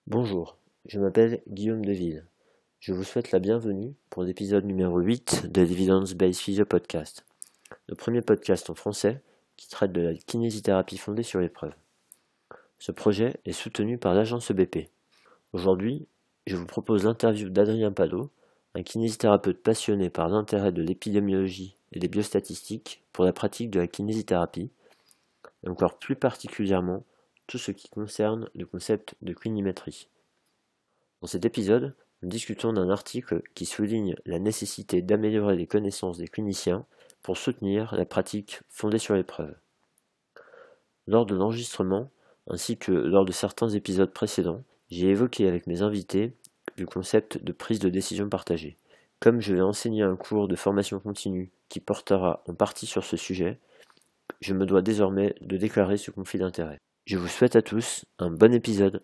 Bonjour, je m'appelle Guillaume Deville. Je vous souhaite la bienvenue pour l'épisode numéro 8 de l'Evidence-Based Physio Podcast, le premier podcast en français qui traite de la kinésithérapie fondée sur l'épreuve. Ce projet est soutenu par l'agence EBP. Aujourd'hui, je vous propose l'interview d'Adrien Palot, un kinésithérapeute passionné par l'intérêt de l'épidémiologie et des biostatistiques pour la pratique de la kinésithérapie, et encore plus particulièrement tout ce qui concerne le concept de clinimétrie. Dans cet épisode, nous discutons d'un article qui souligne la nécessité d'améliorer les connaissances des cliniciens pour soutenir la pratique fondée sur l'épreuve. Lors de l'enregistrement, ainsi que lors de certains épisodes précédents, j'ai évoqué avec mes invités le concept de prise de décision partagée. Comme je vais enseigner un cours de formation continue qui portera en partie sur ce sujet, je me dois désormais de déclarer ce conflit d'intérêts. Je vous souhaite à tous un bon épisode.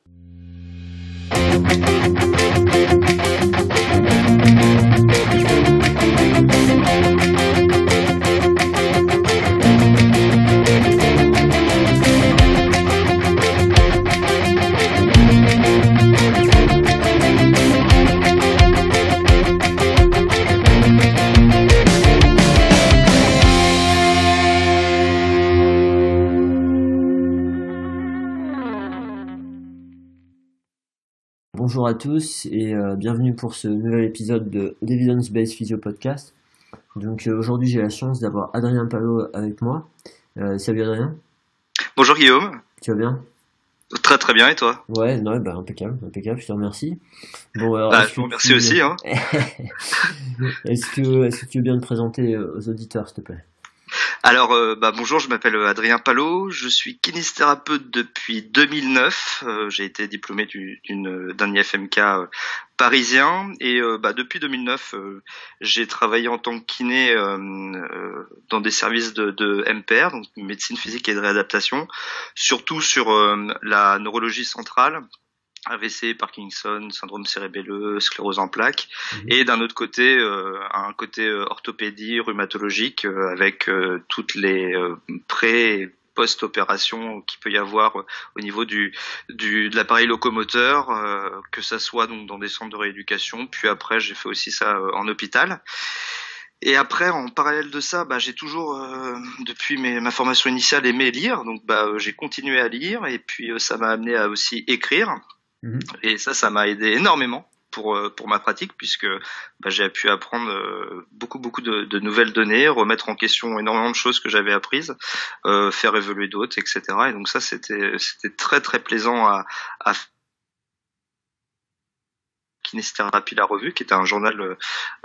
Bonjour à tous et bienvenue pour ce nouvel épisode de l'Evidence-Based Physio Podcast. Donc aujourd'hui j'ai la chance d'avoir Adrien Palot avec moi. Salut Adrien. Bonjour Guillaume. Tu vas bien? Très très bien et toi? Ouais, non, impeccable, je te remercie. Bon, alors, je vous remercie aussi. Hein. Est-ce que tu veux bien te présenter aux auditeurs s'il te plaît? Alors, bonjour, je m'appelle Adrien Palot, je suis kinésithérapeute depuis 2009, j'ai été diplômé d'un IFMK parisien et depuis 2009, j'ai travaillé en tant que kiné dans des services de MPR, donc médecine physique et de réadaptation, surtout sur la neurologie centrale. AVC, Parkinson, syndrome cérébelleux, sclérose en plaques, et d'un autre côté, un côté orthopédie, rhumatologique, avec toutes les pré- et post-opération qu'il peut y avoir au niveau de l'appareil locomoteur, que ça soit donc dans des centres de rééducation, puis après j'ai fait aussi ça en hôpital. Et après, en parallèle de ça, j'ai toujours, depuis ma formation initiale, aimé lire, donc j'ai continué à lire, et puis ça m'a amené à aussi écrire. Et ça m'a aidé énormément pour ma pratique, puisque j'ai pu apprendre beaucoup de nouvelles données, remettre en question énormément de choses que j'avais apprises, faire évoluer d'autres, etc. Et donc ça c'était très très plaisant à Kinésithérapie La Revue, qui était un journal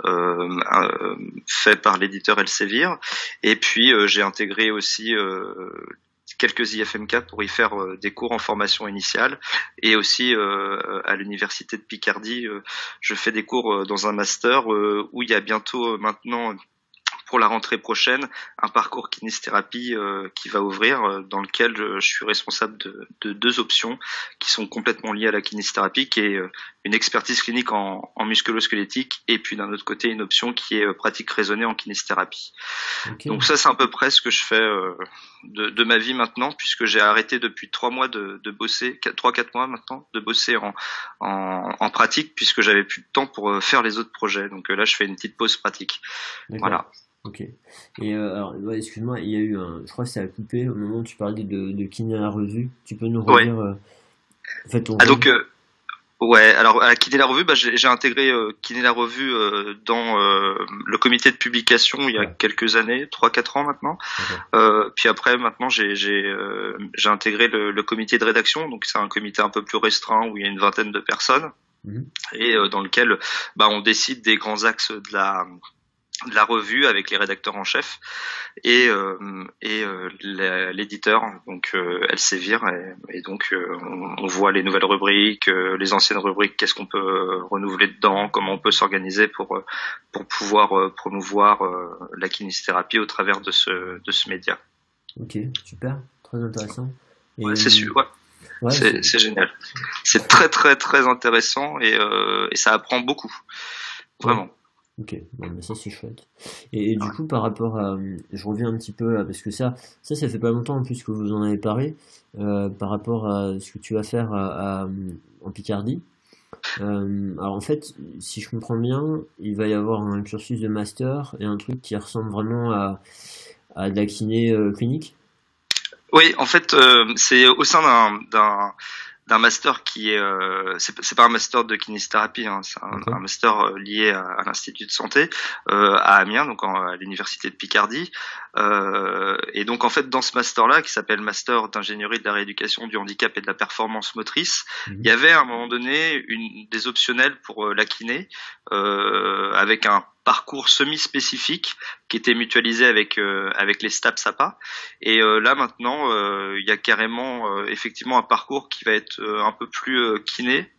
fait par l'éditeur Elsevier. Et puis j'ai intégré aussi quelques IFMK pour y faire des cours en formation initiale, et aussi à l'université de Picardie, je fais des cours dans un master où il y a bientôt maintenant, pour la rentrée prochaine, un parcours kinésithérapie qui va ouvrir, dans lequel je suis responsable de deux options qui sont complètement liées à la kinésithérapie, qui est une expertise clinique en musculo-squelettique, et puis d'un autre côté une option qui est pratique raisonnée en kinésithérapie. Okay. Donc ça c'est à peu près ce que je fais de ma vie maintenant, puisque j'ai arrêté depuis 3 mois de bosser, 3-4 mois maintenant, de bosser en pratique, puisque j'avais plus de temps pour faire les autres projets. Donc là je fais une petite pause pratique. D'accord. Voilà. Ok. Et alors, excuse-moi, il y a eu je crois que ça a coupé au moment où tu parlais de Kiné La Revue. Tu peux nous redire en fait ton alors à Kiné La Revue, j'ai intégré Kiné La Revue dans le comité de publication il y a quelques années, 3-4 ans maintenant. Puis après maintenant j'ai intégré le comité de rédaction, donc c'est un comité un peu plus restreint où il y a une vingtaine de personnes, et dans lequel on décide des grands axes de la revue avec les rédacteurs en chef et l'éditeur, donc Elsevier, et donc on voit les nouvelles rubriques, les anciennes rubriques, qu'est-ce qu'on peut renouveler dedans, comment on peut s'organiser pour pouvoir promouvoir la kinésithérapie au travers de ce média. Ok, super, très intéressant. Et c'est sûr, c'est génial. C'est très très très intéressant, et ça apprend beaucoup, vraiment. Ok, bon, mais ça c'est chouette. Et du coup, par rapport à, je reviens un petit peu là, parce que ça fait pas longtemps en plus que vous en avez parlé, par rapport à ce que tu vas faire en Picardie. Alors en fait, si je comprends bien, il va y avoir un cursus de master et un truc qui ressemble vraiment à de la kiné clinique. Oui, en fait, c'est au sein d'un master qui est c'est pas un master de kinésithérapie, hein, c'est un D'accord. master lié à l'institut de santé à Amiens, donc à l'université de Picardie. Et donc en fait dans ce master là qui s'appelle master d'ingénierie de la rééducation du handicap et de la performance motrice, il y Mhm. avait à un moment donné des optionnels pour la kiné avec un parcours semi-spécifique qui était mutualisé avec les STAPS APA. Et là maintenant, il y a carrément effectivement un parcours qui va être un peu plus kiné,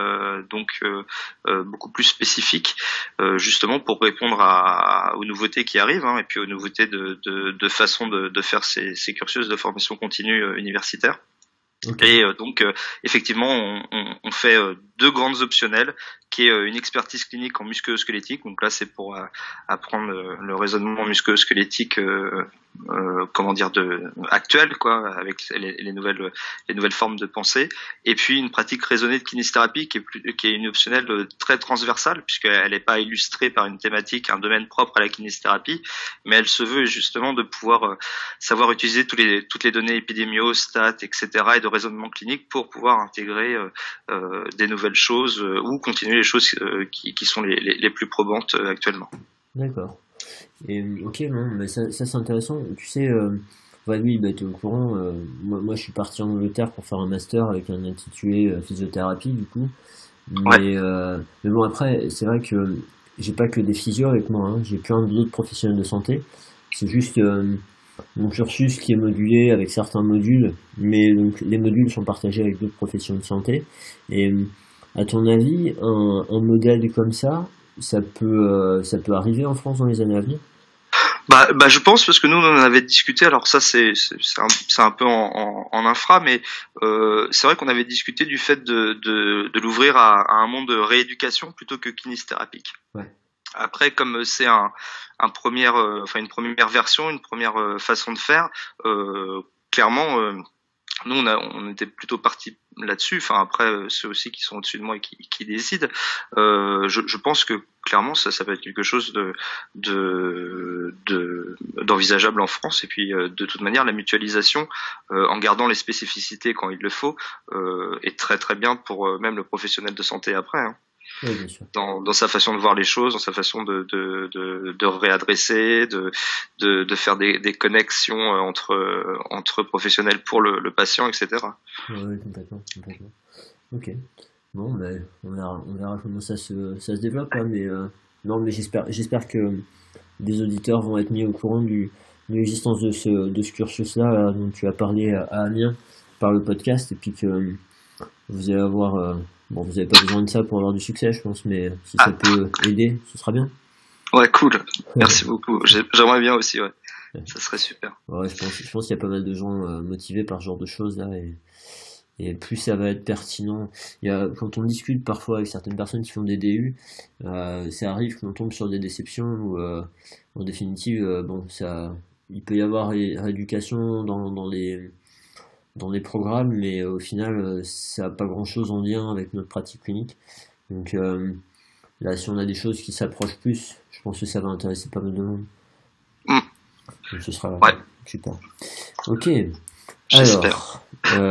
beaucoup plus spécifique, justement pour répondre aux nouveautés qui arrivent, hein, et puis aux nouveautés de façon de faire ces cursus de formation continue universitaire. Ok. Et effectivement, on fait deux grandes optionnelles, qui est une expertise clinique en musculo-squelettique. Donc là, c'est pour apprendre le raisonnement musculo-squelettique, comment dire, actuel, quoi, avec les nouvelles formes de pensée. Et puis une pratique raisonnée de kinésithérapie, qui est une optionnelle très transversale, puisqu'elle n'est pas illustrée par une thématique, un domaine propre à la kinésithérapie, mais elle se veut justement de pouvoir savoir utiliser toutes les données épidémiaux, stats, etc., et de raisonnement clinique pour pouvoir intégrer des nouvelles choses ou continuer les choses qui sont les plus probantes actuellement. D'accord. Et ok, non, mais ça c'est intéressant. Tu sais, ouais, oui, bah, t'es au courant. Moi, je suis parti en Angleterre pour faire un master avec un intitulé physiothérapie, du coup. Ouais, Mais bon, après, c'est vrai que j'ai pas que des physios avec moi, hein. J'ai plein d'autres professionnels de santé. C'est juste mon cursus qui est modulé avec certains modules, mais donc les modules sont partagés avec d'autres professions de santé. Et à ton avis, un modèle comme ça peut arriver en France dans les années à venir? bah, je pense parce que nous on en avait discuté. Alors ça c'est un peu en infra, mais c'est vrai qu'on avait discuté du fait de l'ouvrir à un monde de rééducation plutôt que kinésithérapique. Ouais. Après, comme c'est une première version, une première façon de faire, clairement, nous on était plutôt parti là-dessus. Enfin après, ceux aussi qui sont au-dessus de moi et qui décident. Je pense que clairement ça peut être quelque chose d'envisageable en France. Et puis de toute manière, la mutualisation, en gardant les spécificités quand il le faut, est très très bien pour même le professionnel de santé après, hein, Oui, bien sûr. dans sa façon de voir les choses, dans sa façon de réadresser, de faire des connexions entre professionnels pour le patient, etc. Ouais, ouais, complètement, complètement. Ok. Bon, ben, on verra comment ça se développe, hein, mais non, mais j'espère que des auditeurs vont être mis au courant de l'existence de ce cursus-là, là, dont tu as parlé à Amiens par le podcast, et puis que vous allez avoir, bon, vous n'avez pas besoin de ça pour avoir du succès, je pense, mais si ça Ah, peut aider, ce sera bien. ouais, cool. Merci beaucoup. J'aimerais bien aussi, ouais. Ça serait super. Ouais, je pense qu'il y a pas mal de gens motivés par ce genre de choses là, et plus ça va être pertinent. Quand on discute parfois avec certaines personnes qui font des DU, ça arrive qu'on tombe sur des déceptions où, en définitive, bon, il peut y avoir rééducation dans les programmes, mais au final, ça n'a pas grand-chose en lien avec notre pratique clinique. Donc là, si on a des choses qui s'approchent plus, je pense que ça va intéresser pas mal de monde. Mm, Donc ce sera ouais, super. Ok. j'espère. Alors,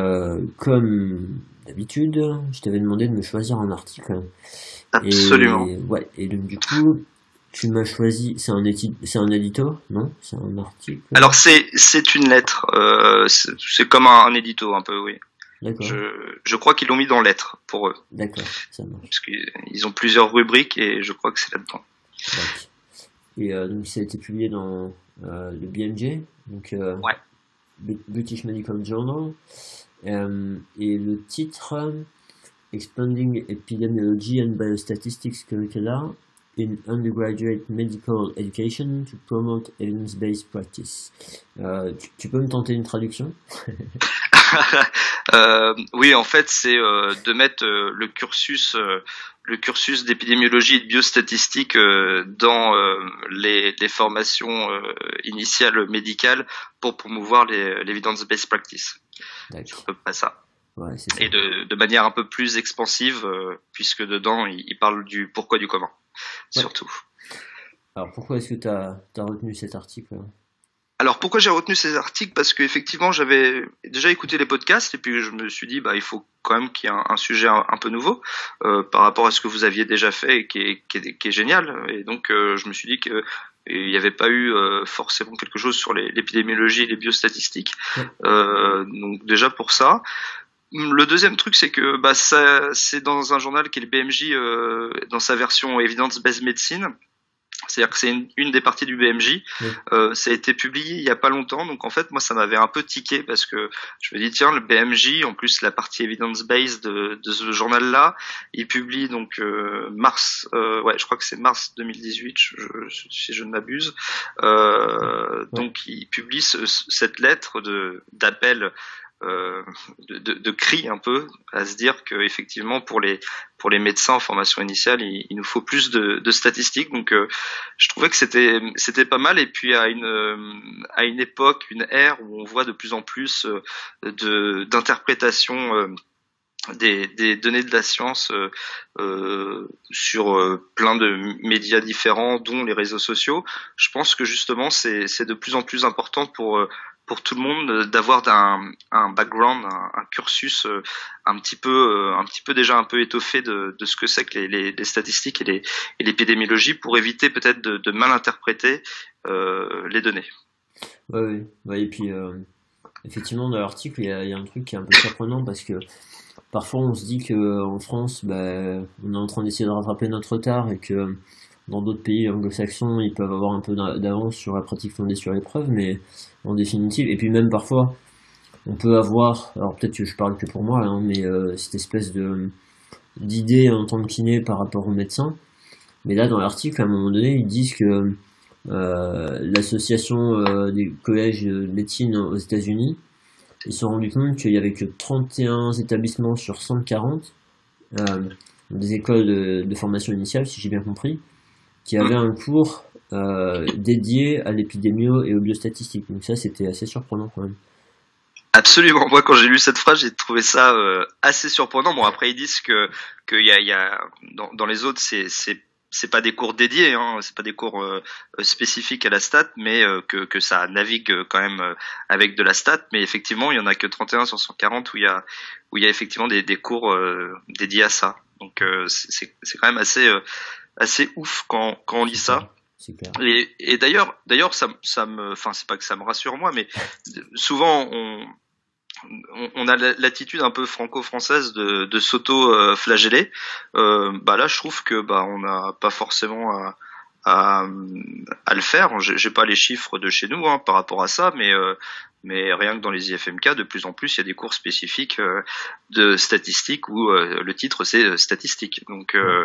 comme d'habitude, je t'avais demandé de me choisir un article. Absolument. Et ouais, et donc du coup, tu m'as choisi. C'est un édito, non? C'est un article. Alors c'est une lettre. C'est comme un édito un peu, oui. D'accord, Je crois qu'ils l'ont mis dans lettres pour eux, d'accord, ça marche. parce qu'ils ont plusieurs rubriques et je crois que c'est là-dedans. D'accord. Et donc ça a été publié dans le BMJ, donc Ouais. British Medical Journal, et le titre Expanding Epidemiology and Biostatistics Curricula in Undergraduate Medical Education to Promote Evidence-Based Practice. Tu peux me tenter une traduction? Oui, en fait, c'est de mettre le cursus d'épidémiologie et de biostatistique dans les formations initiales médicales pour promouvoir l'evidence-based practice. C'est à D'accord. peu près ça. Ouais, c'est ça. Et de manière un peu plus expansive, puisque dedans, il parle du pourquoi du comment, Ouais. surtout. Alors pourquoi est-ce que t'as retenu cet article? Alors pourquoi j'ai retenu ces articles? Parce qu'effectivement j'avais déjà écouté les podcasts et puis je me suis dit bah il faut quand même qu'il y ait un sujet un peu nouveau par rapport à ce que vous aviez déjà fait et qui est génial. Et donc je me suis dit que il n'y avait pas eu forcément quelque chose sur l'épidémiologie et les biostatistiques. Ouais. Donc déjà pour ça. Le deuxième truc, c'est que bah, c'est dans un journal qui est le BMJ dans sa version Evidence-Based Medicine. C'est-à-dire que c'est une des parties du BMJ. Oui. Ça a été publié il y a pas longtemps, donc en fait moi ça m'avait un peu tiqué parce que je me dis tiens le BMJ, en plus la partie evidence-based de ce journal-là, il publie donc ouais je crois que c'est mars 2018 si je ne m'abuse. Ouais. Donc il publie cette lettre d'appel de cri un peu à se dire que effectivement pour les médecins en formation initiale il nous faut plus de statistiques donc je trouvais que c'était pas mal et puis à une époque une ère où on voit de plus en plus de d'interprétation des données de la science sur plein de médias différents, dont les réseaux sociaux. Je pense que justement c'est de plus en plus important pour tout le monde d'avoir un background, un cursus un petit peu déjà un peu étoffé de ce que c'est que les statistiques et l'épidémiologie pour éviter peut-être de mal interpréter les données. Ouais, ouais. Ouais, et puis effectivement dans l'article il y a un truc qui est un peu surprenant parce que parfois on se dit que en France bah, on est en train d'essayer de rattraper notre retard et que dans d'autres pays anglo-saxons ils peuvent avoir un peu d'avance sur la pratique fondée sur les preuves, mais en définitive, et puis même parfois on peut avoir, alors peut-être que je parle que pour moi hein, mais cette espèce de d'idée en tant que kiné par rapport aux médecins. Mais là dans l'article à un moment donné ils disent que l'association des collèges de médecine aux États-Unis, ils se sont rendus compte qu'il y avait que 31 établissements sur 140, des écoles de formation initiale, si j'ai bien compris, qui avaient un cours dédié à l'épidémio et aux biostatistiques. Donc ça, c'était assez surprenant quand même. Absolument. Moi, quand j'ai lu cette phrase, j'ai trouvé ça assez surprenant. Bon, après ils disent que il y a dans les autres, c'est pas des cours dédiés, hein, c'est pas des cours spécifiques à la stat, mais que ça navigue quand même avec de la stat. Mais effectivement, il y en a que 31 sur 140 où il y a effectivement des cours dédiés à ça. Donc c'est quand même assez ouf quand on lit C'est clair. ça. C'est clair. Et d'ailleurs ça me enfin c'est pas que ça me rassure moi, mais souvent on a l'attitude un peu franco-française de s'auto-flageller. Bah là, je trouve que bah on n'a pas forcément à, à le faire. J'ai pas les chiffres de chez nous hein, par rapport à ça, mais rien que dans les IFMK, de plus en plus, il y a des cours spécifiques de statistiques où le titre c'est statistique. Ouais.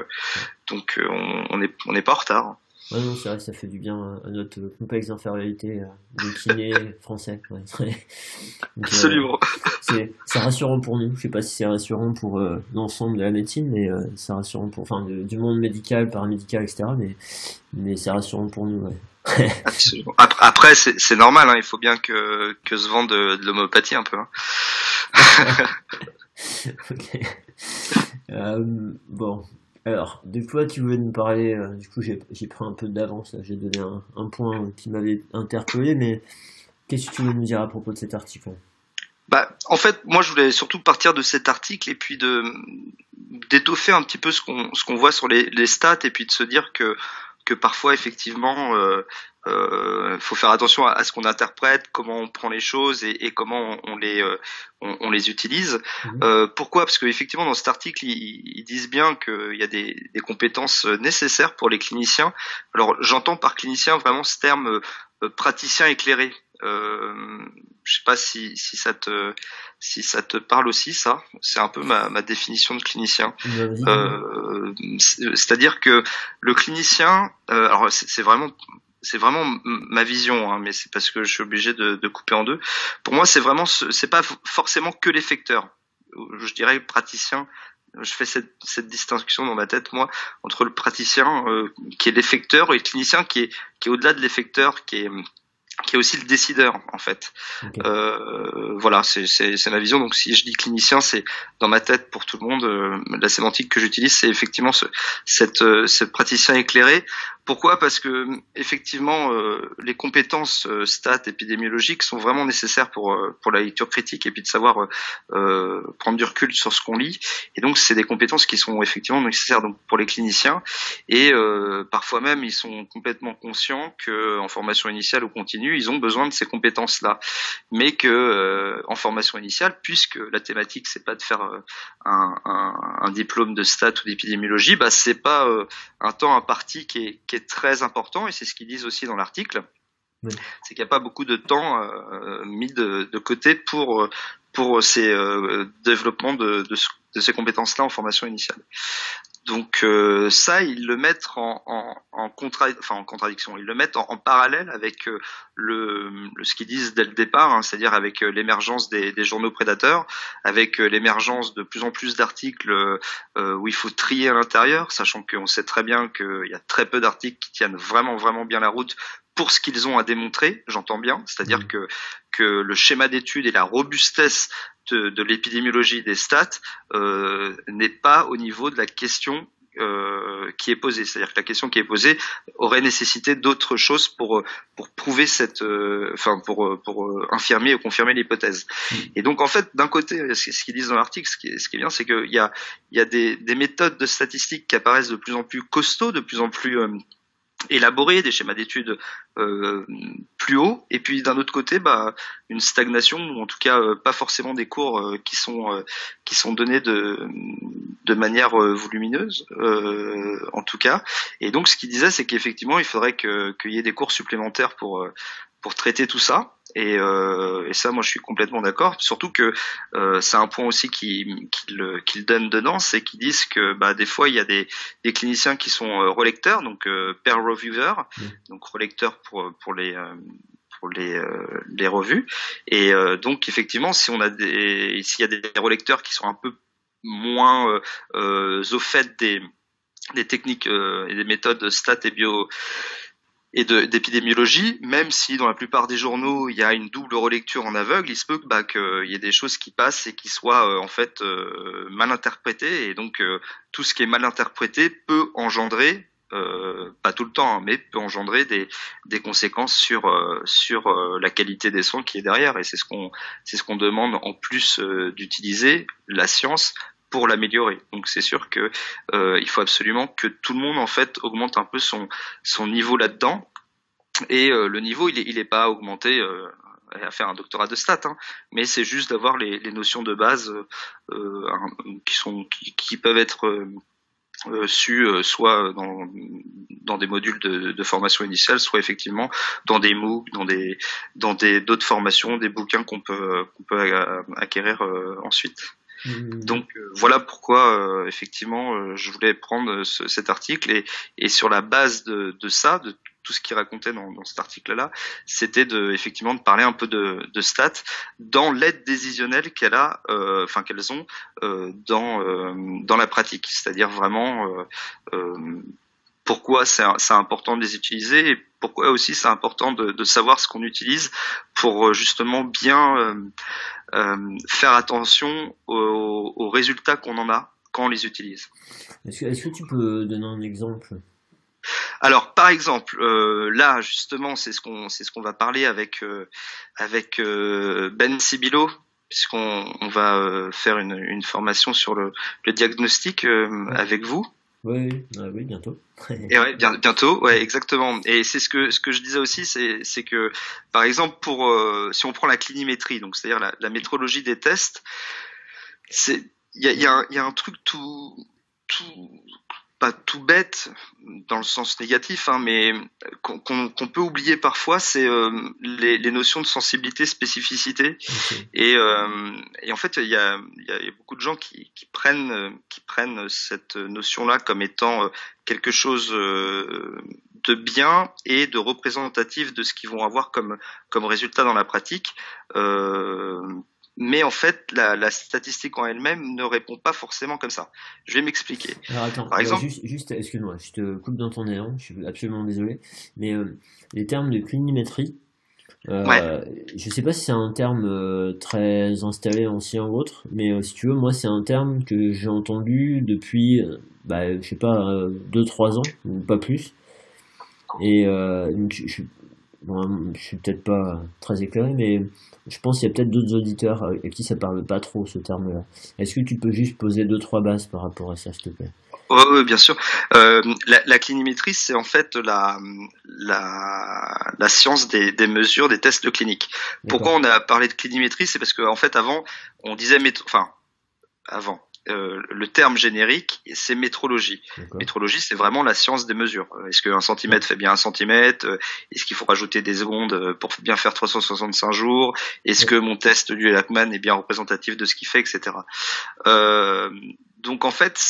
On n'est pas en retard. Ouais, non, c'est vrai que ça fait du bien à notre complexe d'infériorité de kiné français. Ouais. Donc, Absolument. c'est rassurant pour nous. Je sais pas si c'est rassurant pour l'ensemble de la médecine, mais c'est rassurant pour, enfin, du monde médical, paramédical, etc. Mais c'est rassurant pour nous. Ouais. Absolument. Après, c'est normal, hein, il faut bien que se vende de l'homéopathie un peu. Hein. Ok. Bon, alors, de quoi tu voulais nous parler? Du coup, j'ai pris un peu d'avance, là. J'ai donné un point qui m'avait interpellé, mais qu'est-ce que tu veux nous dire à propos de cet article? Bah, en fait, moi, je voulais surtout partir de cet article et puis de d'étoffer un petit peu ce qu'on voit sur les stats et puis de se dire que parfois, effectivement, faut faire attention à ce qu'on interprète, comment on prend les choses et comment on les utilise. Mhm. Pourquoi? Parce qu'effectivement, dans cet article, ils disent bien qu'il y a des compétences nécessaires pour les cliniciens. Alors, j'entends par clinicien vraiment ce terme praticien éclairé. Je sais pas si ça te parle aussi ça. C'est un peu ma définition de clinicien. Vas-y, dis-moi. C'est-à-dire que le clinicien, alors c'est vraiment ma vision, hein, mais c'est parce que je suis obligé de couper en deux. Pour moi, c'est vraiment, c'est pas forcément que l'effecteur. je dirais praticien. Je fais cette distinction dans ma tête, moi, entre le praticien qui est l'effecteur et le clinicien qui est au-delà de l'effecteur, qui est aussi le décideur en fait. Ok. Voilà, c'est ma vision. Donc si je dis clinicien, c'est dans ma tête pour tout le monde. La sémantique que j'utilise, c'est effectivement cette praticien éclairé. Pourquoi ? Parce que effectivement, les compétences stats épidémiologiques sont vraiment nécessaires pour la lecture critique et puis de savoir prendre du recul sur ce qu'on lit. Et donc c'est des compétences qui sont effectivement nécessaires donc pour les cliniciens. Et parfois même, ils sont complètement conscients que en formation initiale ou continue, ils ont besoin de ces compétences-là, mais que en formation initiale, puisque la thématique c'est pas de faire un diplôme de stats ou d'épidémiologie, bah c'est pas un temps imparti qui est très important, et c'est ce qu'ils disent aussi dans l'article, Oui. c'est qu'il n'y a pas beaucoup de temps mis de côté pour ces développements de ces compétences-là en formation initiale. Donc ça, ils le mettent en contradiction. Ils le mettent en parallèle avec ce qu'ils disent dès le départ, hein, c'est-à-dire avec l'émergence des journaux prédateurs, avec l'émergence de plus en plus d'articles où il faut trier à l'intérieur, sachant qu'on sait très bien qu'il y a très peu d'articles qui tiennent vraiment vraiment bien la route pour ce qu'ils ont à démontrer. J'entends bien, c'est-à-dire que le schéma d'étude et la robustesse de l'épidémiologie des stats n'est pas au niveau de la question qui est posée. C'est-à-dire que la question qui est posée aurait nécessité d'autres choses pour prouver pour infirmer ou confirmer l'hypothèse. Et donc en fait, d'un côté, ce qu'ils disent dans l'article, ce qui est bien, c'est qu'il y a des méthodes de statistiques qui apparaissent de plus en plus costauds, de plus en plus élaborer des schémas d'études plus hauts, et puis d'un autre côté une stagnation, ou en tout cas pas forcément des cours qui sont donnés de manière volumineuse en tout cas. Et donc ce qu'il disait, c'est qu'effectivement il faudrait qu'il y ait des cours supplémentaires pour traiter tout ça. Et ça, moi, je suis complètement d'accord. Surtout que c'est un point aussi qu'ils donnent dedans, c'est qu'ils disent que des fois il y a des cliniciens qui sont relecteurs, donc peer reviewers, donc relecteurs pour les revues. Et donc effectivement, s'il y a des relecteurs qui sont un peu moins au fait des techniques et des méthodes stats et bio et d'épidémiologie, même si dans la plupart des journaux il y a une double relecture en aveugle, il se peut qu'il y ait des choses qui passent et qui soient en fait mal interprétées, et donc tout ce qui est mal interprété peut engendrer pas tout le temps, hein, mais peut engendrer des conséquences sur la qualité des soins qui est derrière, et c'est ce qu'on demande en plus d'utiliser la science pour l'améliorer. Donc c'est sûr que il faut absolument que tout le monde en fait augmente un peu son niveau là-dedans, et le niveau il est pas augmenté à faire un doctorat de stats, hein, mais c'est juste d'avoir les notions de base qui peuvent être su soit dans des modules de formation initiale, soit effectivement dans des MOOC, dans d'autres formations, des bouquins qu'on peut acquérir ensuite. Donc voilà pourquoi effectivement je voulais prendre cet article, et sur la base de ça, de tout ce qu'il racontait dans cet article-là, c'était effectivement de parler un peu de stats dans l'aide décisionnelle qu'elles ont dans la pratique, c'est-à-dire vraiment pourquoi c'est important de les utiliser, et pourquoi aussi c'est important de savoir ce qu'on utilise pour justement bien faire attention aux résultats qu'on en a quand on les utilise. Est-ce que tu peux donner un exemple ? Alors, par exemple, là justement, c'est ce qu'on va parler avec Ben Sibilo, puisqu'on va faire une formation sur le diagnostic avec vous. Oui, bientôt. Et ouais, bientôt, ouais, exactement. Et c'est ce que je disais aussi, c'est que par exemple si on prend la clinimétrie, donc c'est-à-dire la métrologie des tests, il y a un truc pas tout bête dans le sens négatif, hein, mais qu'on peut oublier parfois, c'est les notions de sensibilité, spécificité. Okay. Et en fait, il y a beaucoup de gens qui prennent cette notion-là comme étant quelque chose de bien et de représentatif de ce qu'ils vont avoir comme résultat dans la pratique. mais en fait, la statistique en elle-même ne répond pas forcément comme ça. Je vais m'expliquer. Alors attends, Par exemple, juste, excuse-moi, je te coupe dans ton élan, je suis absolument désolé, mais les termes de clinimétrie, ouais, je sais pas si c'est un terme très installé, ancien ou autre, mais si tu veux, moi c'est un terme que j'ai entendu depuis, je sais pas, 2-3 ans, ou pas plus, et donc, je suis peut-être pas très éclairé, mais je pense qu'il y a peut-être d'autres auditeurs à qui ça parle pas trop ce terme-là. Est-ce que tu peux juste poser 2-3 bases par rapport à ça, s'il te plaît? ouais, bien sûr. La clinimétrie, c'est en fait la science des mesures des tests cliniques. Pourquoi D'accord. on a parlé de clinimétrie? C'est parce qu'en fait, avant, on disait avant. Le terme générique, c'est métrologie. D'accord. Métrologie, c'est vraiment la science des mesures. Est-ce qu'un Ouais. centimètre fait bien un centimètre? Est-ce qu'il faut rajouter des secondes pour bien faire 365 jours? Est-ce Ouais. que mon test du Lachman est bien représentatif de ce qu'il fait, etc. Euh, donc en fait,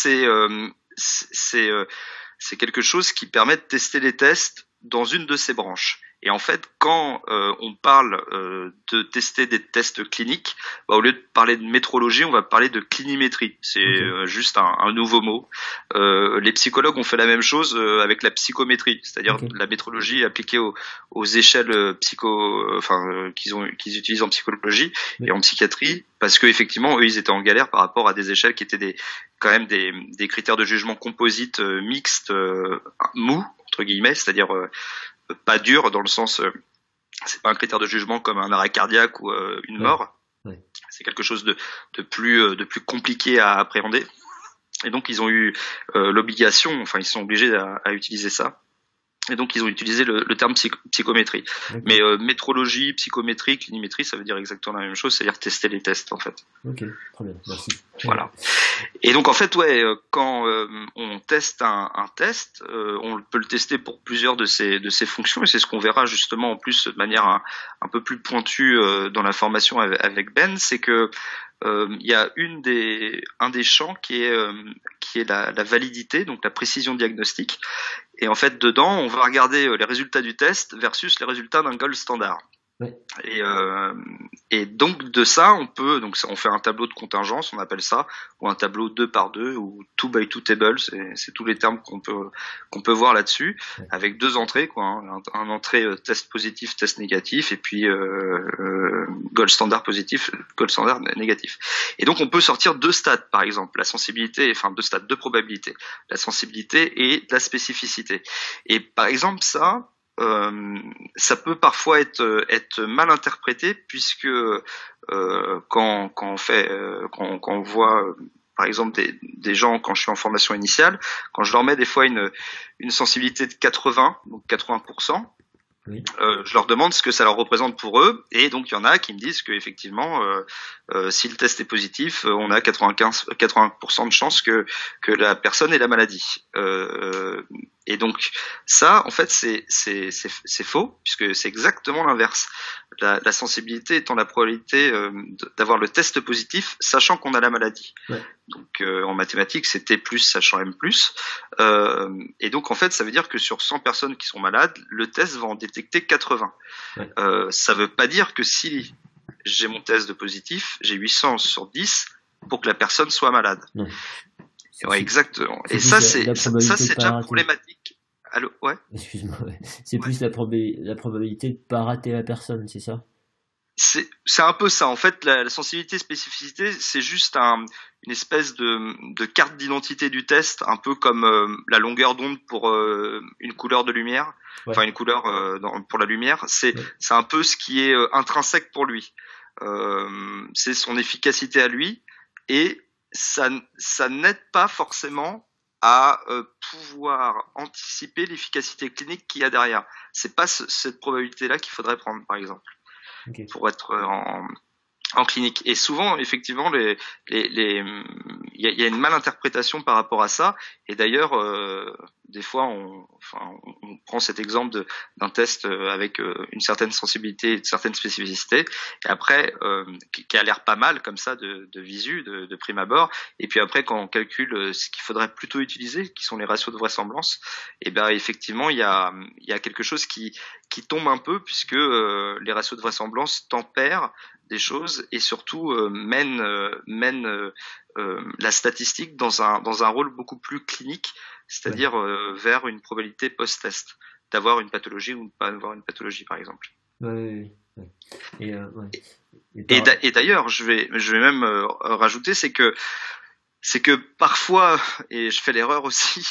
c'est c'est quelque chose qui permet de tester les tests dans une de ces branches. Et en fait, quand on parle de tester des tests cliniques, au lieu de parler de métrologie, on va parler de clinimétrie. C'est Ok. juste un nouveau mot. Les psychologues ont fait la même chose avec la psychométrie, c'est-à-dire Ok. la métrologie appliquée aux échelles qu'ils utilisent en psychologie et Mais, en psychiatrie, parce que effectivement, eux, ils étaient en galère par rapport à des échelles qui étaient quand même des critères de jugement composites mixtes, mous entre guillemets, c'est-à-dire pas durs dans le sens, c'est pas un critère de jugement comme un arrêt cardiaque ou une ouais. mort. Ouais. C'est quelque chose de plus compliqué à appréhender. Et donc ils ont eu l'obligation, enfin ils sont obligés à utiliser ça. Et donc ils ont utilisé le terme psychométrie. D'accord. Mais métrologie, psychométrie, clinimétrie, ça veut dire exactement la même chose, c'est-à-dire tester les tests en fait. Ok. Très bien. Merci. Voilà. Et donc en fait, ouais, quand on teste un test, on peut le tester pour plusieurs de ces fonctions, et c'est ce qu'on verra justement en plus de manière un peu plus pointue dans la formation avec Ben, c'est que il y a un des champs qui est la validité, donc la précision diagnostique. Et en fait, dedans, on va regarder les résultats du test versus les résultats d'un gold standard. Ouais. Et, euh, et donc de ça, on fait un tableau de contingence, on appelle ça, ou un tableau 2 par 2 ou 2 by 2 table, c'est tous les termes qu'on peut voir là-dessus, Ouais. avec deux entrées, quoi, hein, un entrée test positif, test négatif, et puis gold standard positif, gold standard négatif. Et donc on peut sortir deux stats, par exemple, la sensibilité, enfin deux stats, deux probabilités, la sensibilité et la spécificité. Et par exemple ça peut parfois être mal interprété puisque quand on voit par exemple des gens quand je suis en formation initiale, quand je leur mets des fois une sensibilité de 80, donc 80%, Oui. je leur demande ce que ça leur représente pour eux, et donc il y en a qui me disent que effectivement, si le test est positif, on a 80% de chances que la personne ait la maladie. Et donc ça, en fait, c'est faux puisque c'est exactement l'inverse. La sensibilité étant la probabilité d'avoir le test positif, sachant qu'on a la maladie. Ouais. Donc en mathématiques, c'est T plus sachant M plus. Et donc en fait, ça veut dire que sur 100 personnes qui sont malades, le test va en détecter 80. Ouais. Ça veut pas dire que si j'ai mon test de positif, j'ai 800 sur 10 pour que la personne soit malade. Non. Ouais, exactement. C'est Et plus ça, la ça probabilité de c'est pas déjà rater. problématique. Allô, ouais. Excuse-moi. Ouais. C'est Ouais. plus la probabilité de pas rater la personne, c'est ça? C'est un peu ça. En fait, la sensibilité spécificité, c'est juste une espèce de carte d'identité du test, un peu comme la longueur d'onde pour une couleur de lumière, Ouais. enfin une couleur pour la lumière. Ouais. C'est un peu ce qui est intrinsèque pour lui. C'est son efficacité à lui, et ça n'aide pas forcément à pouvoir anticiper l'efficacité clinique qu'il y a derrière. C'est pas cette probabilité-là qu'il faudrait prendre, par exemple, Ok. pour être en clinique. Et souvent, effectivement, il y a une malinterprétation par rapport à ça. Et d'ailleurs, des fois, on prend cet exemple d'un test avec une certaine sensibilité, une certaine spécificité, et après, qui a l'air pas mal comme ça de visu, de prime abord, et puis après, quand on calcule ce qu'il faudrait plutôt utiliser, qui sont les ratios de vraisemblance, et ben effectivement, il y a quelque chose qui tombe un peu, puisque les ratios de vraisemblance tempèrent des choses et surtout mènent la statistique dans un rôle beaucoup plus clinique, c'est-à-dire vers une probabilité post-test d'avoir une pathologie ou de ne pas avoir une pathologie, par exemple. Ouais, ouais. Ouais. Et d'ailleurs, je vais même rajouter, c'est que parfois, et je fais l'erreur aussi,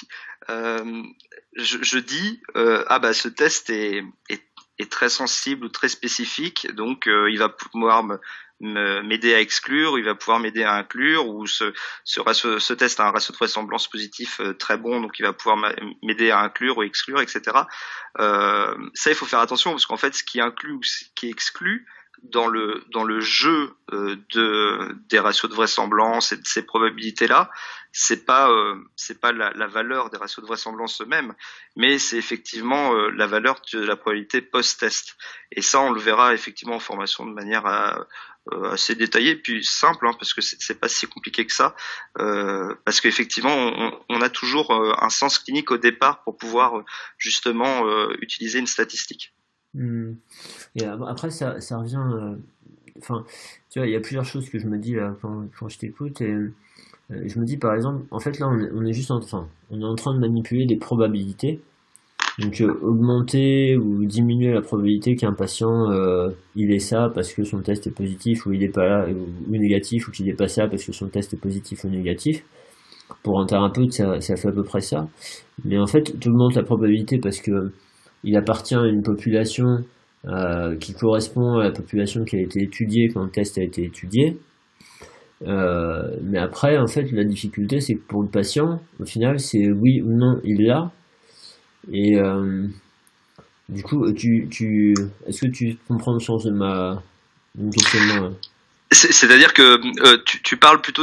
je dis ah bah ce test est très sensible ou très spécifique, donc il va pouvoir m'aider à exclure, il va pouvoir m'aider à inclure, ou ce test a un ratio de vraisemblance positif très bon, donc il va pouvoir m'aider à inclure ou exclure, etc. Ça, il faut faire attention, parce qu'en fait, ce qui inclut ou ce qui exclut dans le jeu des ratios de vraisemblance et de ces probabilités là, c'est pas la valeur des ratios de vraisemblance eux-mêmes, mais c'est effectivement la valeur de la probabilité post-test. Et ça, on le verra effectivement en formation de manière assez détaillée puis simple, hein, parce que c'est pas si compliqué que ça, parce qu'effectivement on a toujours un sens clinique au départ pour pouvoir justement utiliser une statistique. Et après, ça revient. Enfin, tu vois, il y a plusieurs choses que je me dis là quand je t'écoute. Et je me dis par exemple, en fait, là, on est juste on est en train de manipuler des probabilités. Donc, augmenter ou diminuer la probabilité qu'un patient il ait ça parce que son test est positif ou il est pas là, ou négatif, ou qu'il ait pas ça parce que son test est positif ou négatif. Pour un thérapeute, ça fait à peu près ça. Mais en fait, tu augmentes la probabilité parce que il appartient à une population qui correspond à la population qui a été étudiée quand le test a été étudié. Mais après, en fait, la difficulté, c'est que pour le patient, au final, c'est oui ou non, il l'a. Et du coup, est-ce que tu comprends le sens de mon questionnement là? C'est-à-dire que tu parles plutôt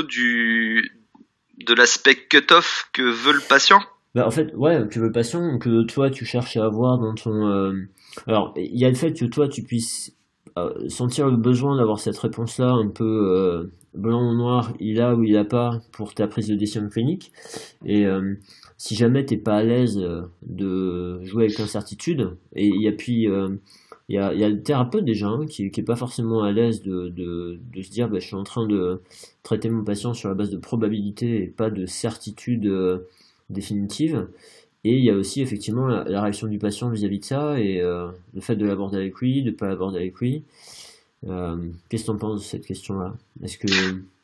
de l'aspect cut-off que veut le patient. Bah, en fait, ouais, que le patient, que toi tu cherches à avoir dans ton. Alors, il y a le fait que toi tu puisses sentir le besoin d'avoir cette réponse-là, un peu blanc ou noir, il a ou il a pas, pour ta prise de décision clinique. Et si jamais t'es pas à l'aise de jouer avec l'incertitude, et il y a puis. Il y a le thérapeute déjà qui est pas forcément à l'aise de se dire bah, je suis en train de traiter mon patient sur la base de probabilité et pas de certitude définitive. Et il y a aussi effectivement la réaction du patient vis-à-vis de ça et le fait de l'aborder avec lui, de ne pas l'aborder avec lui. Qu'est-ce que tu en penses de cette question-là? Est-ce que...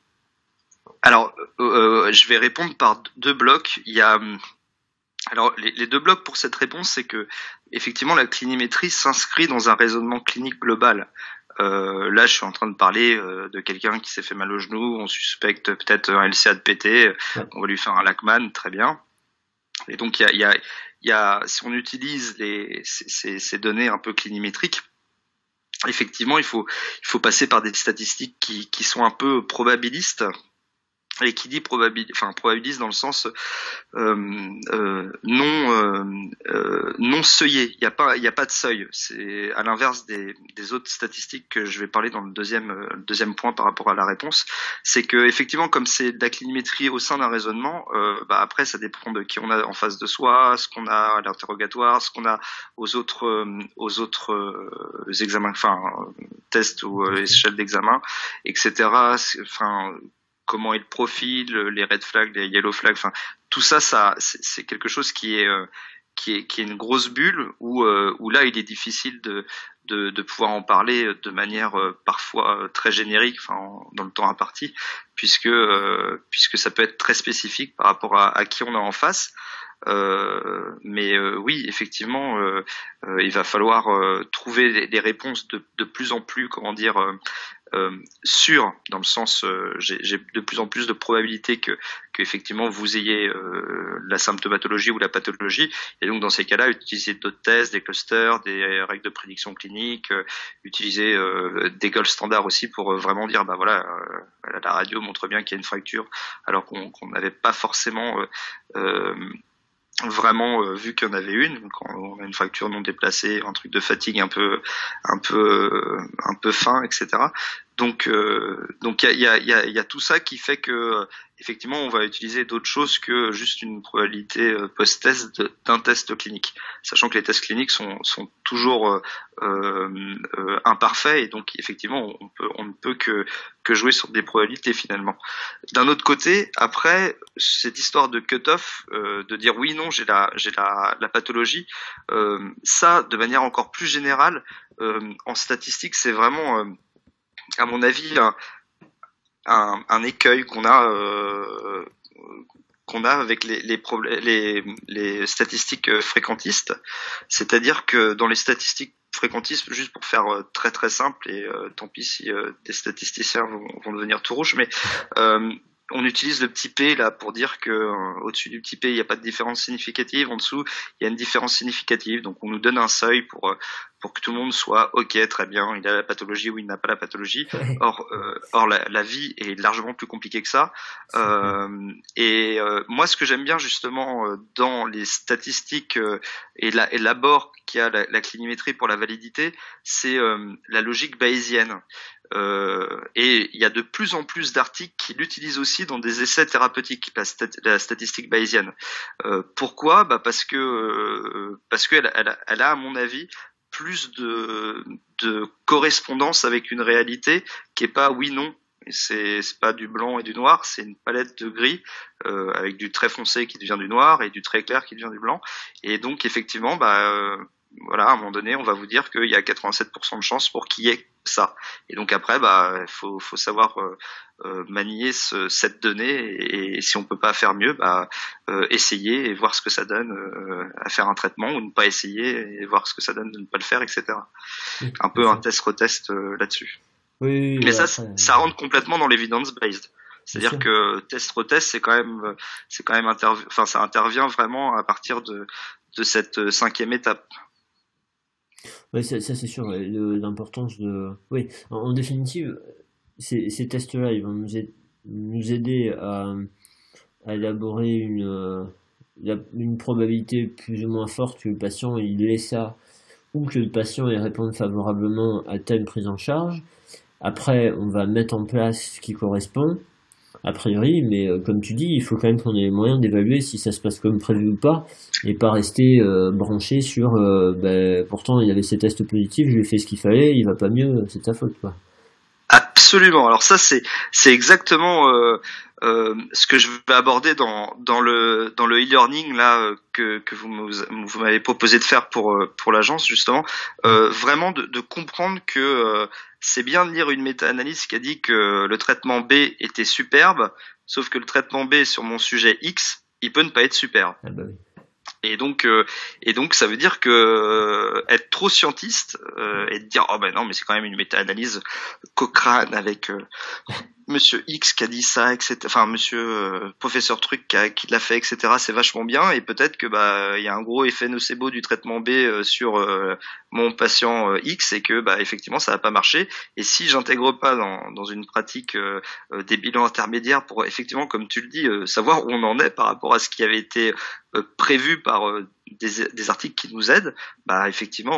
Alors, je vais répondre par deux blocs. Il y a alors les deux blocs pour cette réponse, c'est que effectivement la clinimétrie s'inscrit dans un raisonnement clinique global. Là, je suis en train de parler de quelqu'un qui s'est fait mal au genou, on suspecte peut-être un LCA de PT, Ouais. on va lui faire un Lachman, très bien. Et donc il y a si on utilise ces données un peu clinimétriques, effectivement il faut passer par des statistiques qui sont un peu probabilistes. Et qui dit probabiliste dans le sens non seuillé. Il y a pas de seuil. C'est à l'inverse des autres statistiques que je vais parler dans le deuxième point par rapport à la réponse. C'est que effectivement, comme c'est de la clinimétrie au sein d'un raisonnement, après ça dépend de qui on a en face de soi, ce qu'on a à l'interrogatoire, ce qu'on a aux autres examens, tests ou échelles d'examen, etc. Enfin, comment est le profil, les red flags, les yellow flags, enfin tout ça, c'est quelque chose qui est une grosse bulle où là il est difficile de pouvoir en parler de manière parfois très générique, dans le temps imparti, puisque ça peut être très spécifique par rapport à qui on a en face. Mais oui, effectivement, il va falloir trouver des réponses de plus en plus, sûr, dans le sens j'ai de plus en plus de probabilité que effectivement vous ayez la symptomatologie ou la pathologie, et donc dans ces cas-là utiliser d'autres tests, des clusters, des règles de prédiction clinique, utiliser des gold standards aussi pour vraiment dire bah voilà, la radio montre bien qu'il y a une fracture alors qu'on n'avait pas forcément vraiment vu qu'il y en avait une, quand on a une fracture non déplacée, un truc de fatigue un peu fin, etc. Donc il y a tout ça qui fait que effectivement on va utiliser d'autres choses que juste une probabilité post-test d'un test clinique, sachant que les tests cliniques sont toujours imparfaits et donc effectivement on ne peut que jouer sur des probabilités finalement. D'un autre côté, après cette histoire de cut-off, de dire oui non j'ai la pathologie, ça de manière encore plus générale en statistique c'est vraiment à mon avis un écueil qu'on a avec les statistiques fréquentistes, c'est-à-dire que dans les statistiques fréquentistes, juste pour faire très très simple, et tant pis si des statisticiens vont devenir tout rouges, mais on utilise le petit p là pour dire que au-dessus du petit p il n'y a pas de différence significative, en dessous il y a une différence significative, donc on nous donne un seuil pour que tout le monde soit ok, très bien, il a la pathologie ou il n'a pas la pathologie. Ouais. Or la vie est largement plus compliquée que ça. Moi, ce que j'aime bien justement dans les statistiques et l'abord qui a la clinimétrie pour la validité, c'est la logique bayésienne. Et il y a de plus en plus d'articles qui l'utilisent aussi dans des essais thérapeutiques, la statistique bayésienne. Pourquoi ? Parce qu'elle elle a, à mon avis, plus de correspondance avec une réalité qui est pas oui-non. C'est pas du blanc et du noir, c'est une palette de gris avec du très foncé qui devient du noir et du très clair qui devient du blanc. Et donc effectivement, voilà, à un moment donné, on va vous dire qu'il y a 87% de chances pour qu'il y ait ça. Et donc après, faut savoir manier cette donnée et si on peut pas faire mieux, essayer et voir ce que ça donne à faire un traitement, ou ne pas essayer et voir ce que ça donne de ne pas le faire, etc. Oui, Un peu un test-retest là-dessus. oui, Mais bah après, ça rentre complètement dans l'evidence-based. bien C'est-à-dire sûr. que test-retest, ça intervient vraiment à partir de cette cinquième étape. Ouais, ça, c'est sûr, ouais, l'importance de... Oui, en définitive, ces tests-là, ils vont nous aider à élaborer une probabilité plus ou moins forte que le patient il ait ça, ou que le patient il réponde favorablement à telle prise en charge. Après, on va mettre en place ce qui correspond, a priori, mais comme tu dis, il faut quand même qu'on ait les moyens d'évaluer si ça se passe comme prévu ou pas, et pas rester branché sur pourtant il avait ses tests positifs, je lui ai fait ce qu'il fallait, il va pas mieux, c'est ta faute quoi. Absolument. Alors ça, c'est exactement ce que je vais aborder dans le e-learning là que vous m'avez proposé de faire pour l'agence justement. Vraiment de comprendre que c'est bien de lire une méta-analyse qui a dit que le traitement B était superbe, sauf que le traitement B sur mon sujet X, il peut ne pas être superbe. Ah bah oui. Et donc, ça veut dire que être trop scientiste et de dire oh ben non mais c'est quand même une méta-analyse Cochrane avec Monsieur X qui a dit ça, etc. Enfin Monsieur professeur truc qui l'a fait, etc. C'est vachement bien et peut-être que il y a un gros effet nocebo du traitement B sur mon patient X et que effectivement ça va pas marcher. Et si j'intègre pas dans une pratique des bilans intermédiaires pour effectivement comme tu le dis savoir où on en est par rapport à ce qui avait été prévu par des articles qui nous aident, effectivement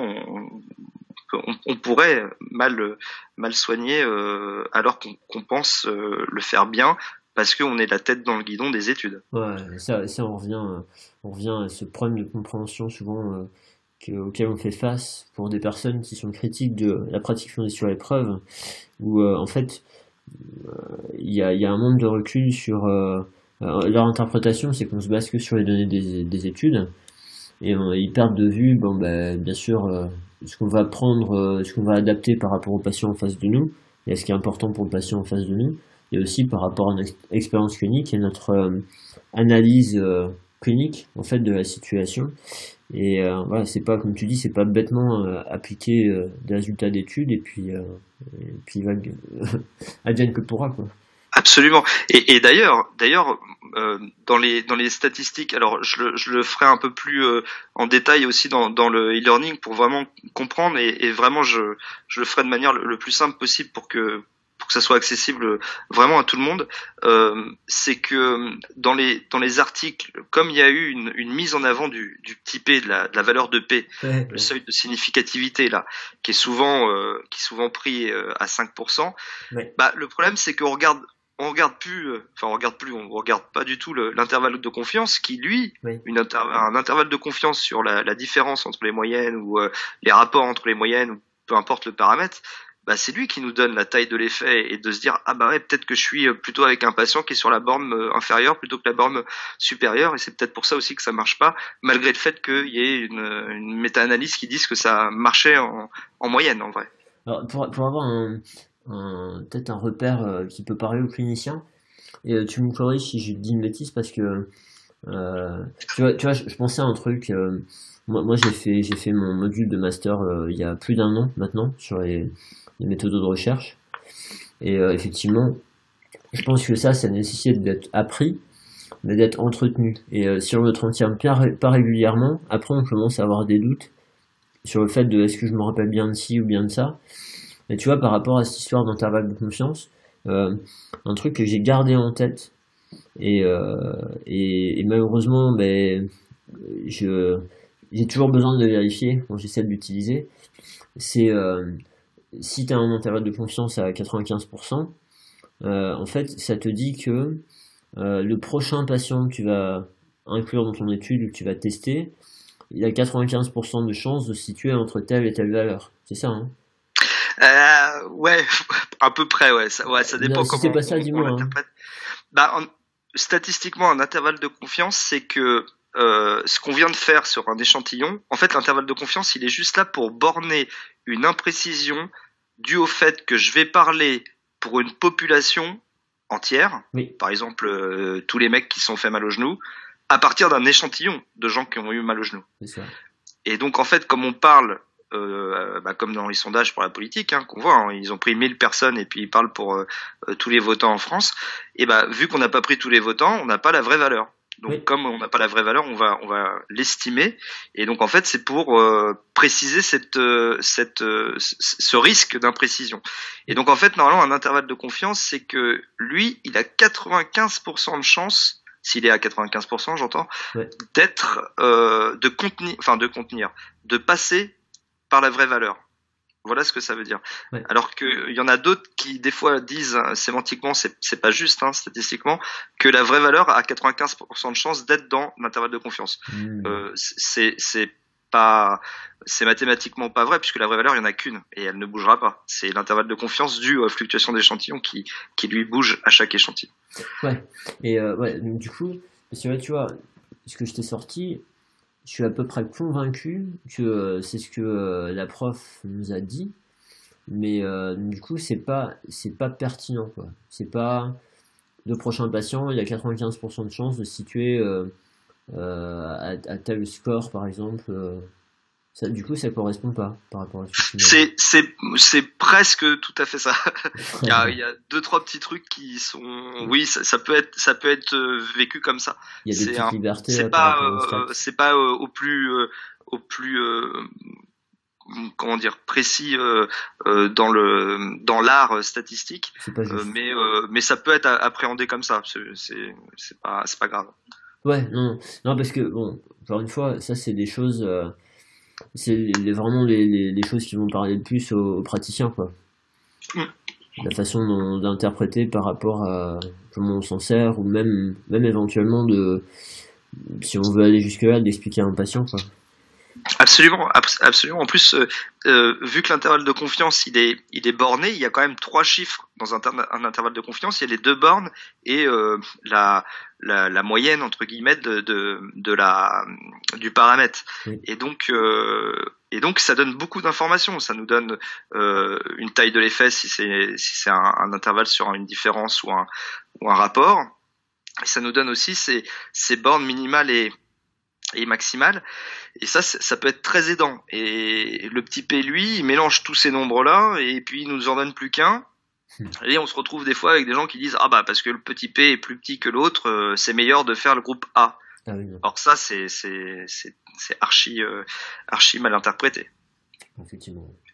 on pourrait mal soigner alors qu'on pense le faire bien parce qu'on est la tête dans le guidon des études. Ouais, ça on revient à ce problème de compréhension souvent auquel on fait face pour des personnes qui sont critiques de la pratique fondée sur l'épreuve, où en fait il y a un manque de recul sur leur interprétation, c'est qu'on se base que sur les données des études, et ils perdent de vue, bien sûr, ce qu'on va prendre, ce qu'on va adapter par rapport au patient en face de nous, et ce qui est important pour le patient en face de nous, et aussi par rapport à notre expérience clinique et notre analyse clinique en fait de la situation. Et voilà, c'est pas comme tu dis, c'est pas bêtement appliquer des résultats d'études et puis advienne que pourra quoi. Absolument. Et d'ailleurs, dans les statistiques, alors je le ferai un peu plus en détail aussi dans le e-learning pour vraiment comprendre et vraiment je le ferai de manière le plus simple possible pour que ça soit accessible vraiment à tout le monde, c'est que dans les articles, comme il y a eu une mise en avant du petit p, de la valeur de p, le seuil de significativité là, qui est souvent pris à 5%, bah le problème c'est qu'on regarde on regarde pas du tout l'intervalle de confiance qui, lui, un intervalle de confiance sur la différence entre les moyennes ou les rapports entre les moyennes ou peu importe le paramètre, bah c'est lui qui nous donne la taille de l'effet et de se dire ah bah ouais, peut-être que je suis plutôt avec un patient qui est sur la borne inférieure plutôt que la borne supérieure, et c'est peut-être pour ça aussi que ça marche pas, malgré le fait qu'il y ait une méta-analyse qui dise que ça marchait en moyenne en vrai. Alors, pour avoir peut-être un repère qui peut parler aux cliniciens, et tu me corriges si je dis une bêtise, parce que tu vois, je pensais à un truc. Moi j'ai fait mon module de master il y a plus d'un an maintenant sur les méthodes de recherche, et effectivement je pense que ça nécessite d'être appris mais d'être entretenu, et si on ne l'entretient pas régulièrement, après on commence à avoir des doutes sur le fait de est-ce que je me rappelle bien de ci ou bien de ça. Et tu vois, par rapport à cette histoire d'intervalle de confiance, un truc que j'ai gardé en tête, et malheureusement j'ai toujours besoin de le vérifier quand j'essaie de l'utiliser, c'est si tu as un intervalle de confiance à 95%, en fait ça te dit que le prochain patient que tu vas inclure dans ton étude ou que tu vas tester, il a 95% de chances de se situer entre telle et telle valeur. C'est ça, hein? Ouais, à peu près, ouais. Ça dépend non, si c'est pas ça, dis-moi, hein. Bah, statistiquement, un intervalle de confiance, c'est que ce qu'on vient de faire sur un échantillon, en fait, l'intervalle de confiance, il est juste là pour borner une imprécision due au fait que je vais parler pour une population entière, par exemple tous les mecs qui se sont fait mal au genou, à partir d'un échantillon de gens qui ont eu mal au genou. C'est ça. Et donc, en fait, comme on parle comme dans les sondages pour la politique, qu'on voit, hein, ils ont pris 1000 personnes et puis ils parlent pour tous les votants en France. Et vu qu'on n'a pas pris tous les votants, on n'a pas la vraie valeur. Donc comme on n'a pas la vraie valeur, on va l'estimer. Et donc en fait, c'est pour préciser ce risque d'imprécision. Et donc en fait, normalement, un intervalle de confiance, c'est que lui, il a 95% de chance, s'il est à 95%, j'entends, d'être de passer par la vraie valeur. Voilà ce que ça veut dire. Alors qu'il y en a d'autres qui des fois disent sémantiquement, c'est pas juste, statistiquement, que la vraie valeur a 95% de chance d'être dans l'intervalle de confiance. C'est mathématiquement pas vrai, puisque la vraie valeur, il y en a qu'une et elle ne bougera pas. C'est l'intervalle de confiance dû aux fluctuations d'échantillons qui lui bouge à chaque échantillon. Et du coup, parce que tu vois, ce que je t'ai sorti, je suis à peu près convaincu que c'est ce que la prof nous a dit, mais du coup c'est pas pertinent, quoi. C'est pas le prochain patient, il a 95% de chance de se situer à tel score, par exemple. Ça, du coup, ça correspond pas par rapport à ce que tu c'est presque tout à fait ça. Il y a deux trois petits trucs qui sont, oui, ça peut être vécu comme ça. Il y a des petites libertés. C'est pas au plus comment dire, précis dans l'art statistique, mais ça peut être appréhendé comme ça. C'est pas grave. Ouais, non, parce que bon, encore une fois, ça c'est des choses. C'est vraiment les choses qui vont parler le plus aux praticiens, quoi. La façon d'interpréter par rapport à comment on s'en sert, ou même éventuellement si on veut aller jusque là, d'expliquer à un patient, quoi. Absolument. En plus, vu que l'intervalle de confiance il est borné, il y a quand même 3 chiffres dans un intervalle de confiance. Il y a les 2 bornes et la moyenne entre guillemets du paramètre. Et donc ça donne beaucoup d'informations. Ça nous donne une taille de l'effet si c'est un intervalle sur une différence ou un rapport. Et ça nous donne aussi ces bornes minimales et maximale, et ça peut être très aidant. Et le petit P, lui, il mélange tous ces nombres-là, et puis il nous en donne plus qu'un, et on se retrouve des fois avec des gens qui disent parce que le petit P est plus petit que l'autre, c'est meilleur de faire le groupe A. Alors ça, c'est archi mal interprété. Effectivement.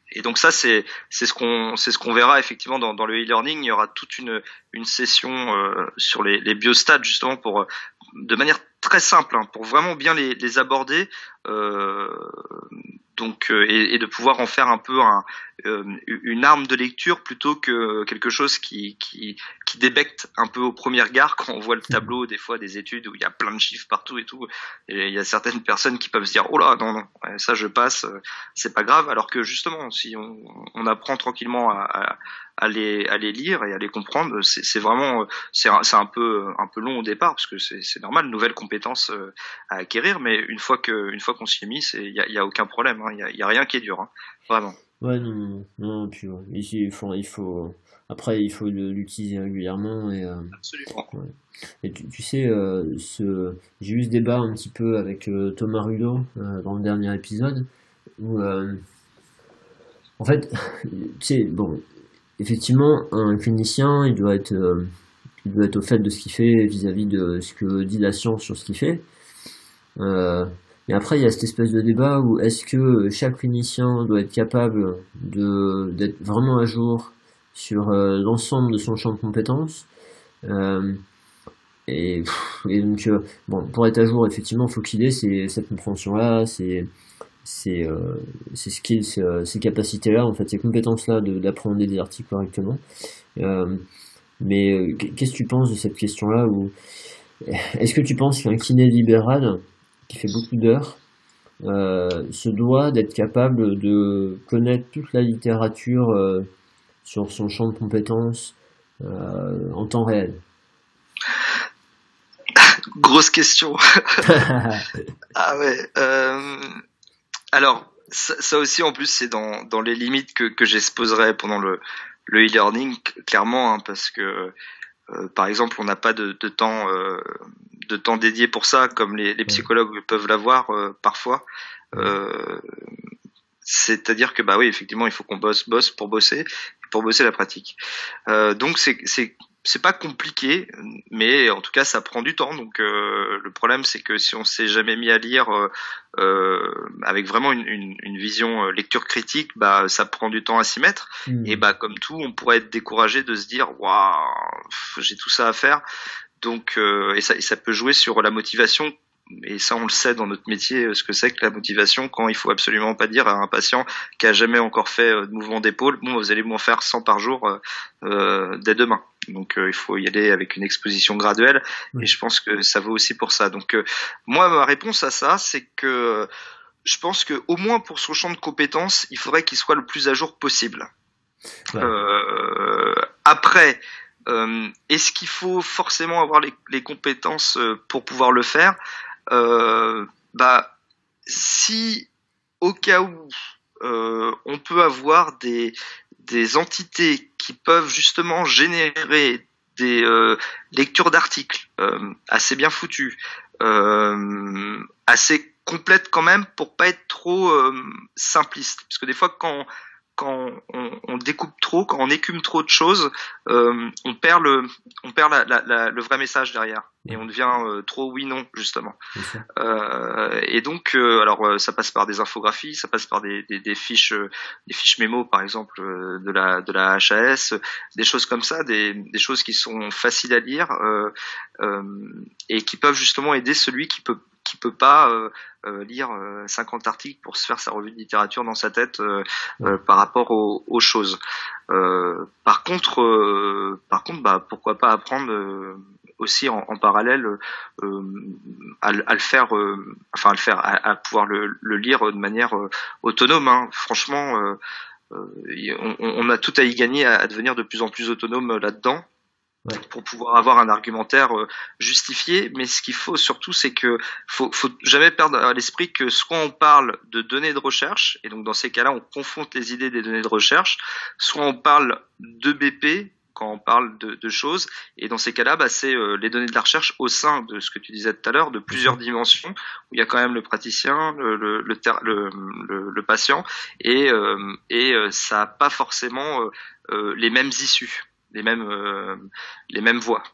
Et donc ça, c'est ce qu'on verra effectivement dans le e-learning. Il y aura toute une session sur les biostats justement pour de manière très simple, hein, pour vraiment bien les aborder. Euh, et de pouvoir en faire un peu une arme de lecture plutôt que quelque chose qui débecte un peu au premier regard quand on voit le tableau des fois des études où il y a plein de chiffres partout et tout. Et il y a certaines personnes qui peuvent se dire oh là non ouais, ça je passe, c'est pas grave. Alors que justement si on apprend tranquillement à les lire et à les comprendre, c'est vraiment c'est un peu long au départ parce que c'est normal, une nouvelle compétence à acquérir, mais une fois qu'on s'y est mis, il y a aucun problème, hein, il y a rien qui est dur, hein, vraiment. Ouais, non, non, puis ouais. Ici, après, il faut l'utiliser régulièrement Absolument. ouais. Et tu sais, j'ai eu ce débat un petit peu avec Thomas Rulot dans le dernier épisode où, en fait, tu sais, bon, effectivement, un clinicien, il doit être au fait de ce qu'il fait vis-à-vis de ce que dit la science sur ce qu'il fait. Mais après, il y a cette espèce de débat où est-ce que chaque clinicien doit être capable d'être vraiment à jour sur l'ensemble de son champ de compétences. Euh, et donc, bon, pour être à jour, effectivement, il faut qu'il ait cette compréhension-là, ces skills, ces capacités-là, en fait, ces compétences-là d'apprendre des articles correctement. Euh, mais qu'est-ce que tu penses de cette question-là où est-ce que tu penses qu'un kiné libéral qui fait beaucoup d'heures se doit d'être capable de connaître toute la littérature sur son champ de compétences en temps réel? Grosse question. Ah ouais. Alors ça aussi en plus c'est dans les limites que j'exposerai pendant le e-learning clairement, hein, parce que par exemple on n'a pas de temps dédié pour ça comme les psychologues peuvent l'avoir parfois. C'est-à-dire que bah oui effectivement il faut qu'on bosse pour bosser la pratique. Donc c'est pas compliqué, mais en tout cas ça prend du temps. Donc le problème c'est que si on s'est jamais mis à lire avec vraiment une vision lecture critique, bah ça prend du temps à s'y mettre. Et bah comme tout, on pourrait être découragé de se dire waouh, j'ai tout ça à faire. Donc et ça peut jouer sur la motivation. Et ça, on le sait dans notre métier, ce que c'est que la motivation quand il faut absolument pas dire à un patient qui a jamais encore fait de mouvement d'épaule, bon, vous allez m'en faire 100 par jour dès demain. Donc il faut y aller avec une exposition graduelle, et je pense que ça vaut aussi pour ça. Donc moi, ma réponse à ça, c'est que je pense que au moins pour son champ de compétences, il faudrait qu'il soit le plus à jour possible. Ouais. Après, est-ce qu'il faut forcément avoir les compétences pour pouvoir le faire? Bah, si au cas où on peut avoir des entités qui peuvent justement générer des lectures d'articles assez bien foutues, assez complètes quand même pour pas être trop simpliste, parce que des fois quand on découpe trop, quand on écume trop de choses, on perd le vrai message derrière, et on devient trop oui-non justement. Et donc, alors ça passe par des infographies, ça passe par des fiches mémo par exemple de la HAS, des choses comme ça, des choses qui sont faciles à lire et qui peuvent justement aider celui qui peut pas lire 50 articles pour se faire sa revue de littérature dans sa tête par rapport aux choses. Par contre, bah pourquoi pas apprendre aussi en parallèle à le faire, à pouvoir le lire de manière autonome. Hein. Franchement, on a tout à y gagner à devenir de plus en plus autonome là-dedans. Ouais. Pour pouvoir avoir un argumentaire justifié, mais ce qu'il faut surtout, c'est que faut jamais perdre à l'esprit que soit on parle de données de recherche, et donc dans ces cas-là, on confronte les idées des données de recherche, soit on parle de BP quand on parle de choses, et dans ces cas-là, bah, c'est les données de la recherche au sein de ce que tu disais tout à l'heure, de plusieurs dimensions, où il y a quand même le praticien, le patient, et ça n'a pas forcément les mêmes issues. Les mêmes voies.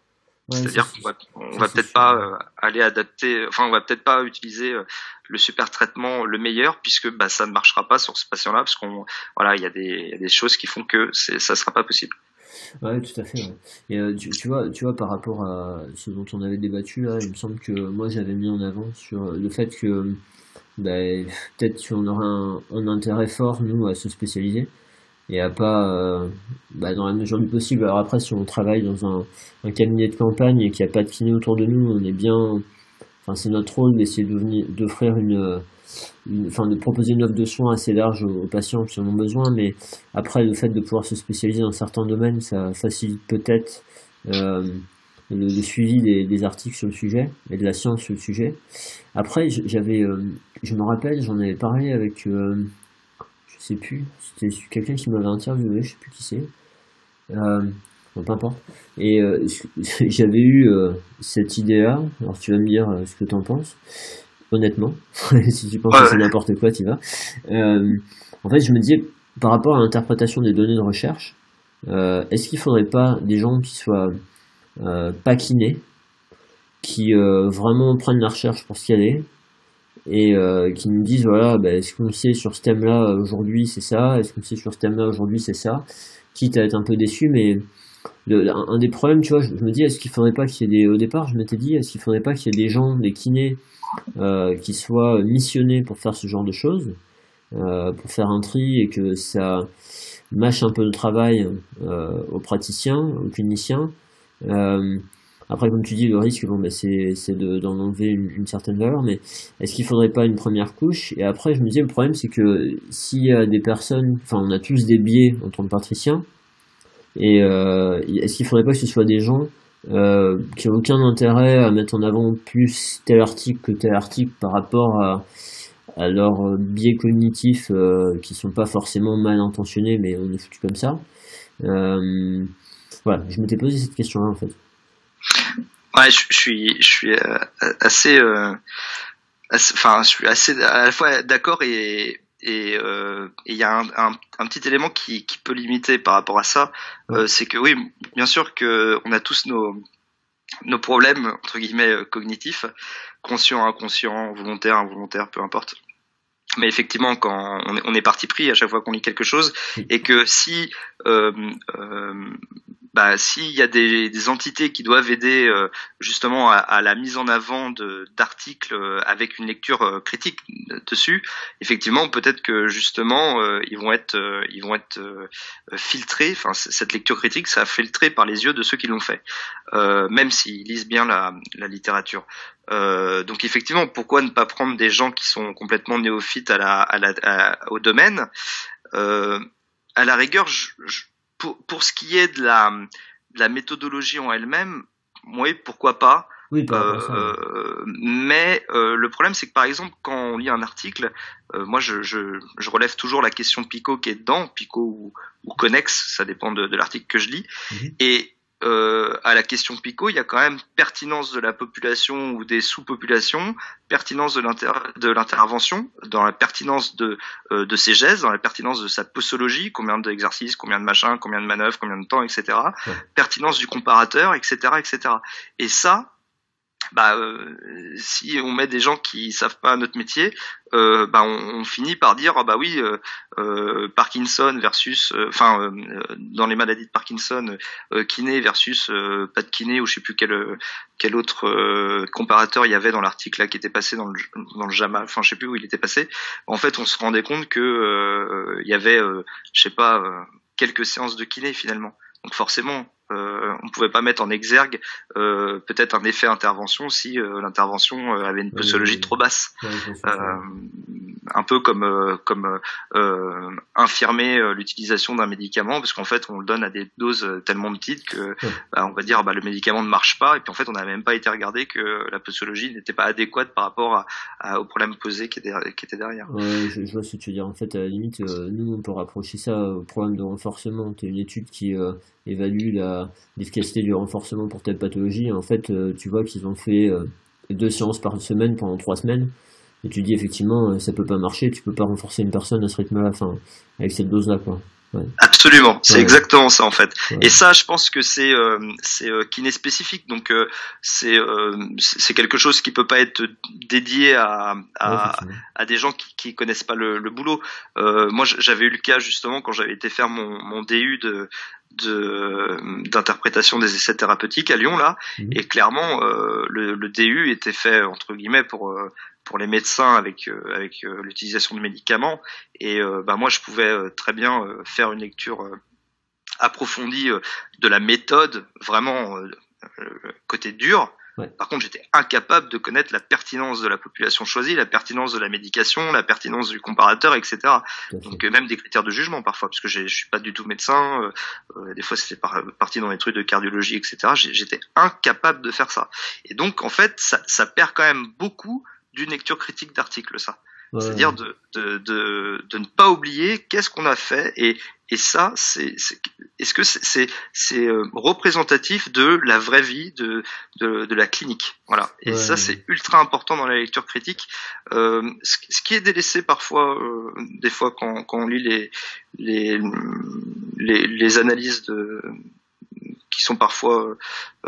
Ouais, C'est-à-dire qu'on ça va c'est peut-être sûr. pas aller adapter, enfin on va peut-être pas utiliser le super traitement le meilleur puisque bah ça ne marchera pas sur ce patient-là parce qu'on voilà il y a des choses qui font que ça sera pas possible. Ouais, tout à fait. Ouais. Et tu vois, par rapport à ce dont on avait débattu là, il me semble que moi j'avais mis en avant sur le fait que bah, peut-être qu'on aurait un intérêt fort nous à se spécialiser et à pas, dans la mesure du possible. Alors après, si on travaille dans un cabinet de campagne et qu'il n'y a pas de kiné autour de nous, on est bien. Enfin, c'est notre rôle d'essayer d'offrir enfin, de proposer une offre de soins assez large aux patients qui en ont besoin, mais après, le fait de pouvoir se spécialiser dans certains domaines, ça facilite peut-être euh, le suivi des articles sur le sujet et de la science sur le sujet. Après, je me rappelle, j'en avais parlé avec, je sais plus, c'était quelqu'un qui m'avait interviewé, je sais plus qui c'est. Euh, bon, peu importe. Et j'avais eu cette idée-là. Alors tu vas me dire ce que t'en penses. Honnêtement, si tu penses Ouais, que c'est ouais. n'importe quoi, tu vas. Euh, en fait, je me disais, par rapport à l'interprétation des données de recherche, est-ce qu'il faudrait pas des gens qui soient pas kinés, qui vraiment prennent la recherche pour ce qu'elle est, et qui nous disent, voilà, bah, est-ce qu'on sait sur ce thème-là aujourd'hui c'est ça, est-ce qu'on sait sur ce thème-là aujourd'hui c'est ça, quitte à être un peu déçu, mais un des problèmes, tu vois, je me dis, est-ce qu'il faudrait pas qu'il y ait au départ, je m'étais dit, est-ce qu'il faudrait pas qu'il y ait des gens, des kinés, qui soient missionnés pour faire ce genre de choses, pour faire un tri et que ça mâche un peu le travail aux praticiens, aux cliniciens. Euh, Après, comme tu dis, le risque, bon, bah, c'est d'en enlever une certaine valeur, mais est-ce qu'il faudrait pas une première couche? Et après, je me disais, le problème, c'est que s'il y a des personnes, enfin, on a tous des biais en tant que patricien, et est-ce qu'il faudrait pas que ce soit des gens qui n'ont aucun intérêt à mettre en avant plus tel article que tel article par rapport à leurs biais cognitifs qui sont pas forcément mal intentionnés, mais on est foutu comme ça. Euh, voilà, je m'étais posé cette question-là en fait. Ouais, je suis assez, enfin, je suis assez à la fois d'accord et il y a un petit élément qui peut limiter par rapport à ça, Ouais, c'est que oui, bien sûr que on a tous nos problèmes entre guillemets cognitifs, conscients, inconscients, volontaires, involontaires, peu importe. Mais effectivement, quand on est parti pris à chaque fois qu'on lit quelque chose, oui, et que si euh, euh, bah, s'il y a des entités qui doivent aider justement à la mise en avant d'articles avec une lecture critique dessus, effectivement, peut-être que justement ils vont être filtrés. Enfin, cette lecture critique, ça a filtré par les yeux de ceux qui l'ont fait, même s'ils lisent bien la littérature. Donc effectivement, pourquoi ne pas prendre des gens qui sont complètement néophytes au domaine, euh, à la rigueur, pour ce qui est de la méthodologie en elle-même, oui, pourquoi pas. oui, par rapport à ça. Ouais. Mais le problème, c'est que par exemple, quand on lit un article, moi, je relève toujours la question Pico qui est dedans, Pico ou Connex, ça dépend de l'article que je lis. Mhm. Et à la question Pico, il y a quand même pertinence de la population ou des sous-populations, pertinence de l'intervention, dans la pertinence de ses gestes, dans la pertinence de sa posologie, combien d'exercices, combien de machins, combien de manœuvres, combien de temps, etc. Ouais. Pertinence du comparateur, etc., etc. Et ça, bah, si on met des gens qui savent pas notre métier, bah on finit par dire ah bah oui, Parkinson versus, dans les maladies de Parkinson, kiné versus pas de kiné ou je sais plus quel autre comparateur il y avait dans l'article là qui était passé dans le JAMA, enfin je sais plus où il était passé. En fait, on se rendait compte que il y avait, je sais pas, quelques séances de kiné finalement. Donc forcément, on pouvait pas mettre en exergue peut-être un effet intervention si l'intervention avait une posologie trop basse. Ouais, je vois ce que Euh, tu veux dire. un peu comme infirmer l'utilisation d'un médicament parce qu'en fait on le donne à des doses tellement petites que Ouais. bah, on va dire bah, le médicament ne marche pas et puis en fait on n'a même pas été regardé que la posologie n'était pas adéquate par rapport au problème posé qui était derrière. Ouais, je vois ce que tu veux dire. En fait, à la limite, nous, on peut rapprocher ça au problème de renforcement. Tu as une étude qui évalue l'efficacité du renforcement pour telle pathologie. Et en fait, tu vois qu'ils ont fait 2 séances par semaine pendant 3 semaines. Et tu dis effectivement, ça peut pas marcher. Tu peux pas renforcer une personne à ce rythme-là, enfin, avec cette dose-là, quoi. Absolument, c'est exactement ça en fait. Ouais. Et ça, je pense que c'est kiné spécifique, donc c'est quelque chose qui peut pas être dédié à des gens qui connaissent pas le boulot. Moi, j'avais eu le cas justement quand j'avais été faire mon DU d'interprétation des essais thérapeutiques à Lyon là, et clairement le DU était fait entre guillemets pour les médecins avec l'utilisation de médicaments, et moi je pouvais très bien faire une lecture approfondie de la méthode, vraiment côté dur. Par contre, j'étais incapable de connaître la pertinence de la population choisie, la pertinence de la médication, la pertinence du comparateur, etc. Donc même des critères de jugement parfois, parce que je suis pas du tout médecin. Des fois, c'était parti dans les trucs de cardiologie, etc. J'étais incapable de faire ça. Et donc, en fait, ça perd quand même beaucoup d'une lecture critique d'articles, ça. C'est-à-dire de ne pas oublier qu'est-ce qu'on a fait, et ça, est-ce que c'est représentatif de la vraie vie de la clinique, voilà. Et ça, c'est ultra important dans la lecture critique. Ce qui est délaissé parfois, des fois quand on lit les analyses qui sont parfois,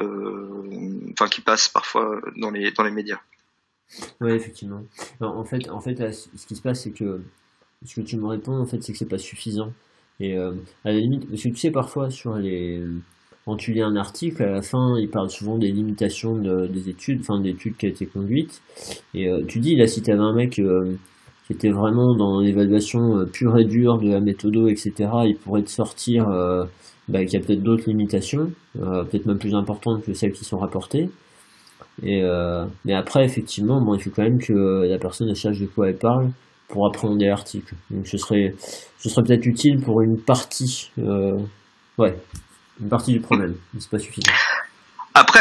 qui passent parfois dans les médias. Ouais, effectivement. Alors, en fait, là, ce qui se passe, c'est que ce que tu me réponds, en fait, c'est que c'est pas suffisant. Et à la limite, parce que tu sais, parfois, quand tu lis un article, à la fin, il parle souvent des limitations des études, enfin, d'études qui ont été conduites. Et tu dis, là, si tu avais un mec qui était vraiment dans l'évaluation pure et dure de la méthodo, etc., il pourrait te sortir qu'il y a peut-être d'autres limitations, peut-être même plus importantes que celles qui sont rapportées. Mais après, effectivement, il faut quand même que la personne sache de quoi elle parle pour appréhender l'article. Donc ce serait peut-être utile pour une partie, une partie du problème, mais c'est pas suffisant. Après,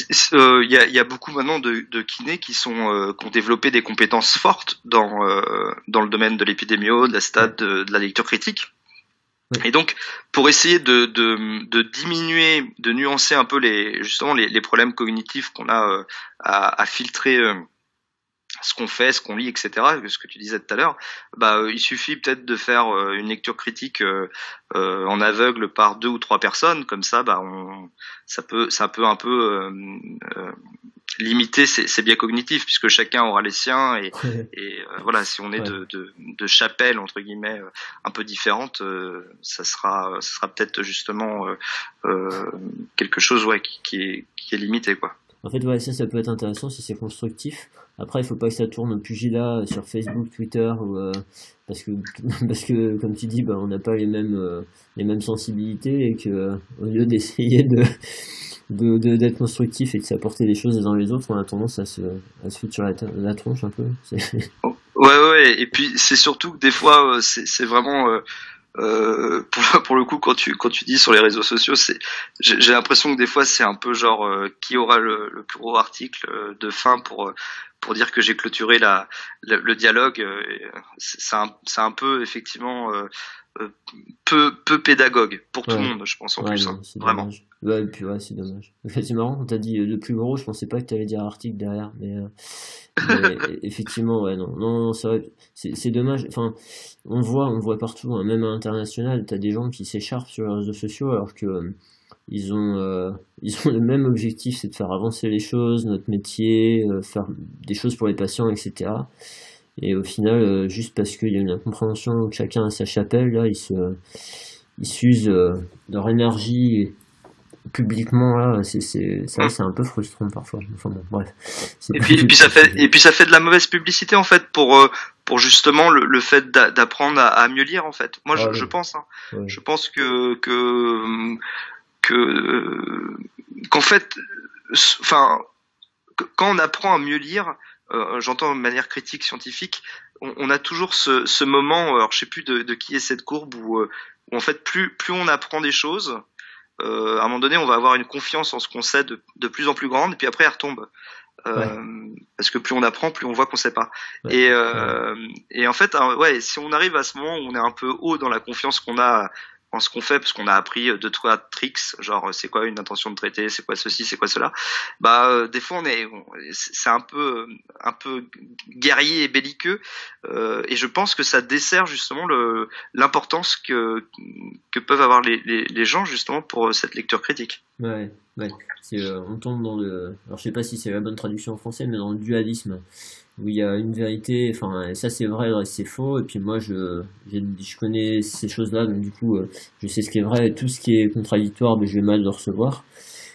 y a beaucoup maintenant de kinés qui ont développé des compétences fortes dans le domaine de l'épidémio, de la stat, de la lecture critique. Et donc, pour essayer de diminuer, de nuancer un peu les problèmes cognitifs qu'on a à filtrer ce qu'on fait, ce qu'on lit, etc., ce que tu disais tout à l'heure, il suffit peut-être de faire une lecture critique en aveugle par 2 ou 3 personnes, comme ça, ça peut un peu limiter ces biais cognitifs, puisque chacun aura les siens, et voilà, si on est de chapelles entre guillemets un peu différentes, ça sera peut-être justement quelque chose qui est limité, quoi. En fait, ça peut être intéressant si c'est constructif. Après, il faut pas que ça tourne au pugilat sur Facebook, Twitter, parce que comme tu dis, on n'a pas les mêmes sensibilités, et que au lieu d'essayer d'être constructif et de s'apporter des choses les uns les autres, on a tendance à se foutre sur la tronche un peu. Ouais. Et puis c'est surtout que des fois, c'est vraiment pour le coup, quand tu dis sur les réseaux sociaux, j'ai l'impression que des fois c'est un peu genre qui aura le plus gros article de fin pour dire que j'ai clôturé le dialogue. C'est un peu effectivement peu pédagogue pour tout le monde, je pense, en plus, non, vraiment. Et puis c'est dommage. C'est marrant, on t'a dit le plus gros, je pensais pas que t'allais dire article derrière, mais effectivement, non, c'est vrai, c'est dommage. Enfin, on voit partout, même à l'international, t'as des gens qui s'écharpent sur les réseaux sociaux alors que ils ont le même objectif, c'est de faire avancer les choses, notre métier, faire des choses pour les patients, etc. Et au final, juste parce qu'il y a une incompréhension que chacun a sa chapelle, là, ils s'usent leur énergie publiquement, là, c'est un peu frustrant parfois. Enfin bon, bref. Et puis ça fait de la mauvaise publicité, en fait, pour justement le fait d'apprendre à mieux lire, en fait. Moi, je pense, hein. Ouais. Je pense qu'en fait, quand on apprend à mieux lire, j'entends de manière critique, scientifique, on a toujours ce moment, alors je sais plus de qui est cette courbe, où en fait plus on apprend des choses, à un moment donné on va avoir une confiance en ce qu'on sait de plus en plus grande, et puis après elle retombe. Parce que plus on apprend, plus on voit qu'on sait pas. Et en fait, si on arrive à ce moment où on est un peu haut dans la confiance qu'on a en ce qu'on fait, parce qu'on a appris deux trois tricks, genre c'est quoi une intention de traiter, c'est quoi ceci, c'est quoi cela. Des fois c'est un peu guerrier et belliqueux, et je pense que ça dessert justement l'importance que peuvent avoir les gens justement pour cette lecture critique. Ouais. On tombe dans alors je sais pas si c'est la bonne traduction en français, mais dans le dualisme, où il y a une vérité, enfin, ça c'est vrai, c'est faux, et puis moi je connais ces choses-là, donc du coup, je sais ce qui est vrai, et tout ce qui est contradictoire, je vais mal le recevoir.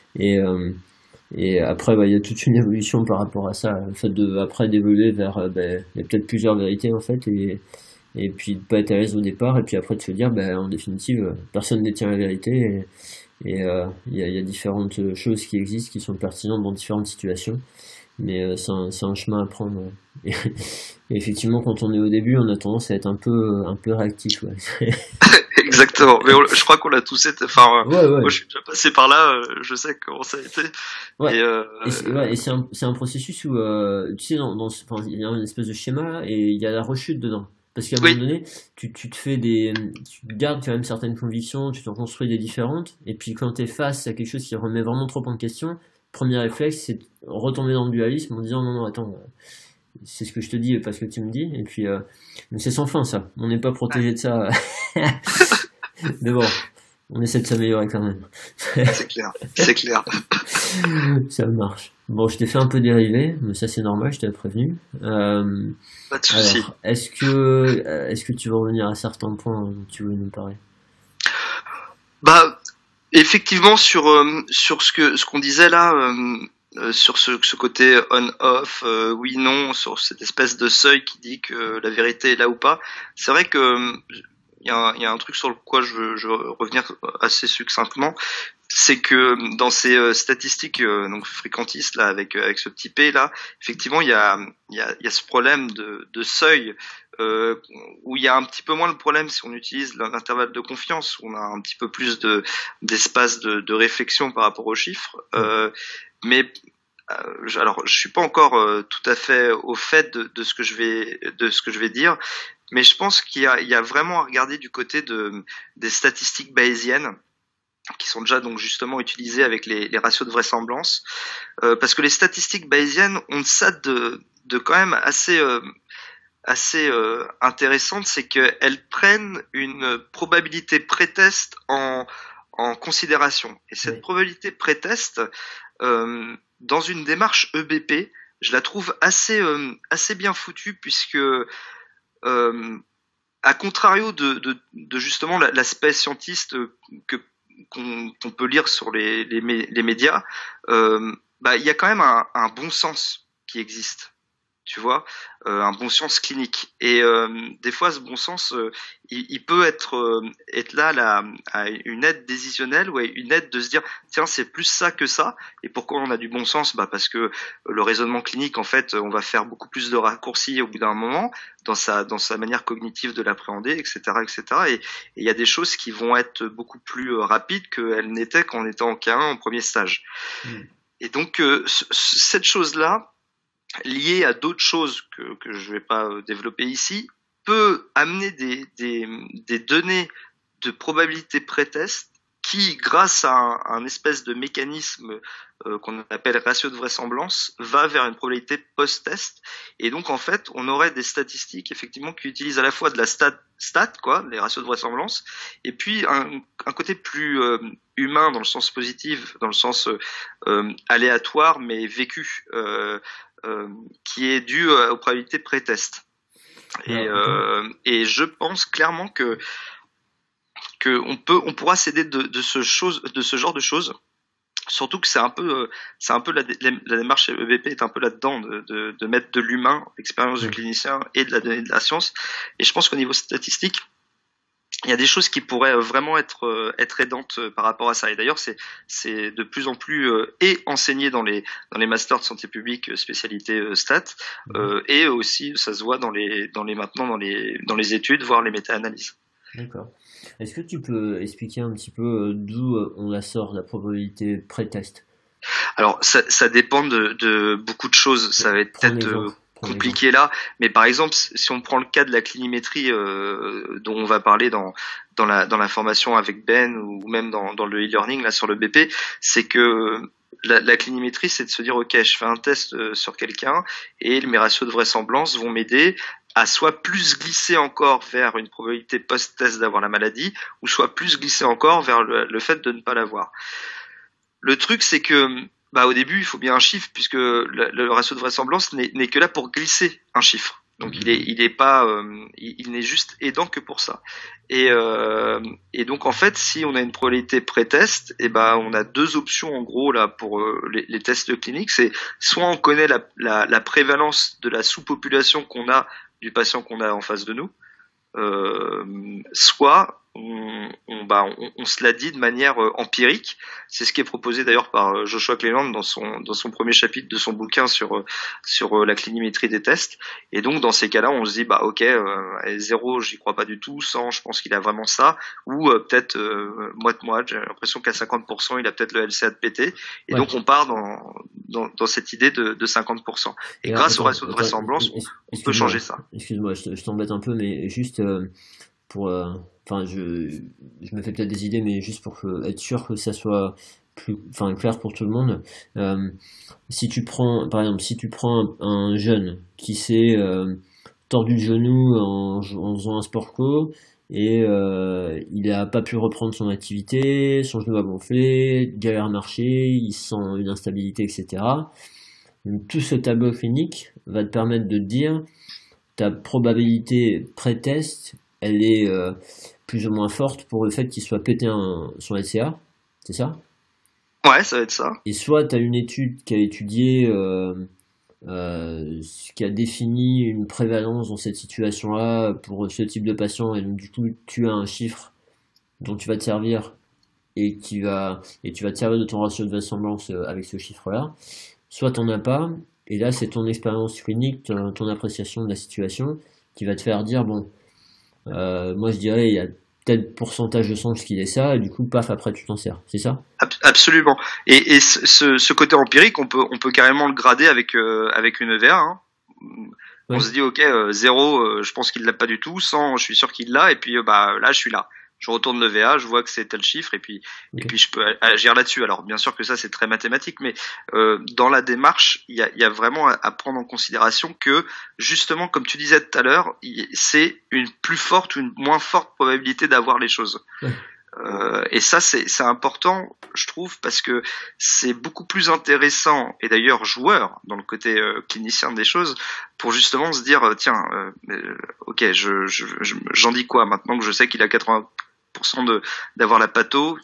Et après, il y a toute une évolution par rapport à ça, le fait après d'évoluer vers, il y a peut-être plusieurs vérités en fait, et puis de pas être à l'aise au départ, et puis après de se dire, en définitive, personne ne détient la vérité, et il y a différentes choses qui existent, qui sont pertinentes dans différentes situations, mais c'est un chemin à prendre. Et effectivement, quand on est au début, on a tendance à être un peu réactif. Ouais. Exactement, mais je crois qu'on l'a tous été. Enfin, ouais. Moi, je suis déjà passé par là. Je sais comment ça a été. Ouais. Et c'est un processus où, tu sais, il y a une espèce de schéma et il y a la rechute dedans. Parce qu'à un moment donné, tu gardes quand même certaines convictions, tu t'en construis des différentes, et puis quand tu es face à quelque chose qui remet vraiment trop en question, premier réflexe, c'est de retomber dans le dualisme en disant non, attends, c'est ce que je te dis parce que tu me dis, et puis mais c'est sans fin ça, on n'est pas protégé de ça. Mais bon, on essaie de s'améliorer quand même. C'est clair. Ça marche. Bon, je t'ai fait un peu dériver, mais ça c'est normal, je t'avais prévenu. Pas de souci. Alors, est-ce que tu veux revenir à certains points dont tu veux nous parler? Effectivement, sur ce qu'on disait là, sur ce côté on-off, oui, non, sur cette espèce de seuil qui dit que la vérité est là ou pas. C'est vrai que il y a un truc sur le quoi je veux revenir assez succinctement, c'est que dans ces statistiques donc fréquentistes là avec ce petit P là, effectivement il y a ce problème de seuil, où il y a un petit peu moins le problème si on utilise l'intervalle de confiance, où on a un petit peu plus d'espace de réflexion par rapport aux chiffres, mais alors je suis pas encore tout à fait au fait de ce que je vais dire, mais je pense qu'il y a vraiment à regarder du côté des statistiques bayésiennes, qui sont déjà donc justement utilisées avec les ratios de vraisemblance, parce que les statistiques bayésiennes ont ça de quand même assez intéressante, c'est qu'elles prennent une probabilité pré-test en considération, et cette probabilité pré-test, dans une démarche EBP, je la trouve assez bien foutue, puisque à contrario de justement l'aspect scientiste qu'on peut lire sur les médias, il y a quand même un bon sens qui existe, tu vois, un bon sens clinique, et des fois ce bon sens il peut être là à une aide décisionnelle, ou à une aide de se dire tiens, c'est plus ça que ça. Et pourquoi on a du bon sens? Parce que le raisonnement clinique, en fait, on va faire beaucoup plus de raccourcis au bout d'un moment dans sa manière cognitive de l'appréhender, etc., et il y a des choses qui vont être beaucoup plus rapides qu'elles n'étaient quand on était en K1 en premier stage. Et donc cette chose là, lié à d'autres choses que je vais pas développer ici, peut amener des données de probabilité pré-test qui, grâce à un espèce de mécanisme qu'on appelle ratio de vraisemblance, va vers une probabilité post-test. Et donc, en fait, on aurait des statistiques, effectivement, qui utilisent à la fois de la stat, quoi, les ratios de vraisemblance, et puis un côté plus humain, dans le sens positif, dans le sens aléatoire, mais vécu, qui est dû aux probabilités pré-test. Et je pense clairement que on pourra s'aider de ce genre de choses. Surtout que c'est un peu la démarche EBP est un peu là-dedans, de mettre de l'humain, l'expérience du clinicien et de la donnée de la science. Et je pense qu'au niveau statistique, il y a des choses qui pourraient vraiment être aidantes par rapport à ça. Et d'ailleurs, c'est de plus en plus enseigné dans les masters de santé publique spécialité stat, et aussi ça se voit dans les études, voire les méta-analyses. D'accord. Est-ce que tu peux expliquer un petit peu d'où on la sort, la probabilité pré-test? Alors ça dépend de beaucoup de choses. Ça va être peut-être compliqué là, mais par exemple, si on prend le cas de la clinimétrie dont on va parler dans dans la formation avec Ben ou même dans le e-learning là sur le BP, c'est que la clinimétrie, c'est de se dire ok, je fais un test sur quelqu'un et mes ratios de vraisemblance vont m'aider à soit plus glisser encore vers une probabilité post-test d'avoir la maladie, ou soit plus glisser encore vers le fait de ne pas l'avoir. Le truc, c'est que au début, il faut bien un chiffre, puisque le ratio de vraisemblance n'est que là pour glisser un chiffre. Donc il est pas, il n'est juste aidant que pour ça. Et donc en fait, si on a une probabilité pré-test, on a deux options en gros là pour les tests cliniques. C'est soit on connaît la prévalence de la sous-population qu'on a du patient qu'on a en face de nous, soit on se l'a dit de manière empirique. C'est ce qui est proposé d'ailleurs par Joshua Cleland dans son premier chapitre de son bouquin sur la clinimétrie des tests. Et donc dans ces cas-là, on se dit ok, 0 j'y crois pas du tout, 100 je pense qu'il a vraiment ça, ou peut-être moite, j'ai l'impression qu'à 50% il a peut-être le LCA de PT. Et donc on part dans cette idée de 50%. Et grâce au ratio de vraisemblance, on peut changer ça. Excuse-moi, je t'embête un peu, mais juste pour je me fais peut-être des idées, mais juste pour être sûr que ça soit clair pour tout le monde. Si tu prends un jeune qui s'est tordu le genou en faisant un sport co et il a pas pu reprendre son activité, son genou a gonflé, galère à marcher, il sent une instabilité, etc. Donc, tout ce tableau clinique va te permettre de te dire ta probabilité pré-test, elle est plus ou moins forte pour le fait qu'il soit pété son LCA, c'est ça? Ouais, ça va être ça. Et soit tu as une étude qui a étudié, qui a défini une prévalence dans cette situation-là pour ce type de patient, et donc du coup tu as un chiffre dont tu vas te servir et tu vas te servir de ton ratio de vraisemblance avec ce chiffre-là. Soit t'en as pas, et là c'est ton expérience clinique, ton appréciation de la situation qui va te faire dire moi je dirais il y a tel pourcentage de chances qu'il est ça, et du coup paf, après tu t'en sers, c'est ça? Absolument. Et ce côté empirique, on peut carrément le grader avec une EVA. Hein. Ouais. On se dit ok, 0 je pense qu'il l'a pas du tout, 100 je suis sûr qu'il l'a, et puis là je suis là. Je retourne le VA, je vois que c'est tel chiffre, et puis je peux agir là-dessus. Alors bien sûr que ça c'est très mathématique, mais dans la démarche, il y a vraiment à prendre en considération que justement, comme tu disais tout à l'heure, c'est une plus forte ou une moins forte probabilité d'avoir les choses. Ouais. Et ça c'est important, je trouve, parce que c'est beaucoup plus intéressant, et d'ailleurs joueur dans le côté clinicien des choses, pour justement se dire tiens, ok, j'en dis quoi maintenant que je sais qu'il a 80% d'avoir la patho,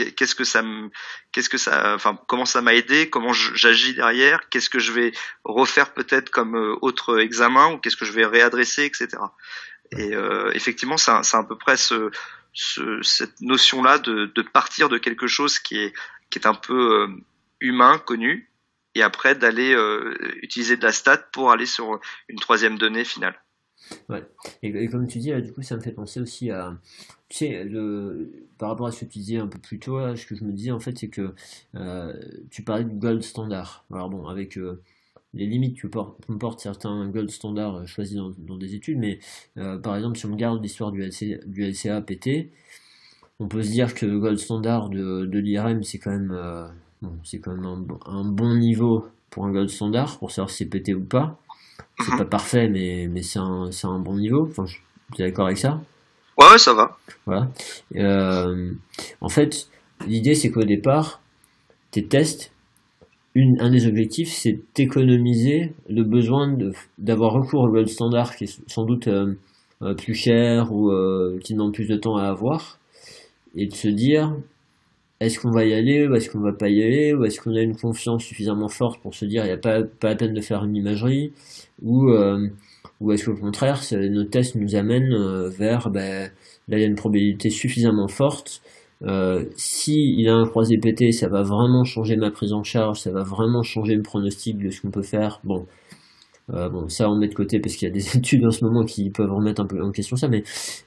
comment ça m'a aidé, comment j'agis derrière, qu'est-ce que je vais refaire peut-être comme autre examen, ou qu'est-ce que je vais réadresser, etc. Et effectivement, c'est à peu près cette notion-là de partir de quelque chose qui est un peu humain, connu, et après d'aller utiliser de la stat pour aller sur une troisième donnée finale. Ouais. Et comme tu dis, là, du coup, ça me fait penser aussi à, tu sais, par rapport à ce que tu disais un peu plus tôt, là, ce que je me disais en fait, c'est que tu parlais du gold standard. Alors bon, avec les limites que comportent certains gold standards choisis dans des études, mais par exemple, si on regarde l'histoire du LCA PT, on peut se dire que le gold standard de l'IRM, c'est quand même un bon niveau pour un gold standard, pour savoir si c'est PT ou pas. C'est pas parfait, mais c'est un bon niveau. Enfin, tu es d'accord avec ça? Ouais, ça va. Voilà. En fait, l'idée, c'est qu'au départ, tes tests, un des objectifs, c'est d'économiser le besoin d'avoir recours au gold standard, qui est sans doute plus cher ou qui demande plus de temps à avoir, et de se dire, est-ce qu'on va y aller, ou est-ce qu'on va pas y aller, ou est-ce qu'on a une confiance suffisamment forte pour se dire il n'y a pas la peine de faire une imagerie, ou est-ce qu'au contraire nos tests nous amènent vers là il y a une probabilité suffisamment forte, si il a un croisé PT, ça va vraiment changer ma prise en charge, ça va vraiment changer le pronostic de ce qu'on peut faire. Bon, ça on met de côté parce qu'il y a des études en ce moment qui peuvent remettre un peu en question ça, mais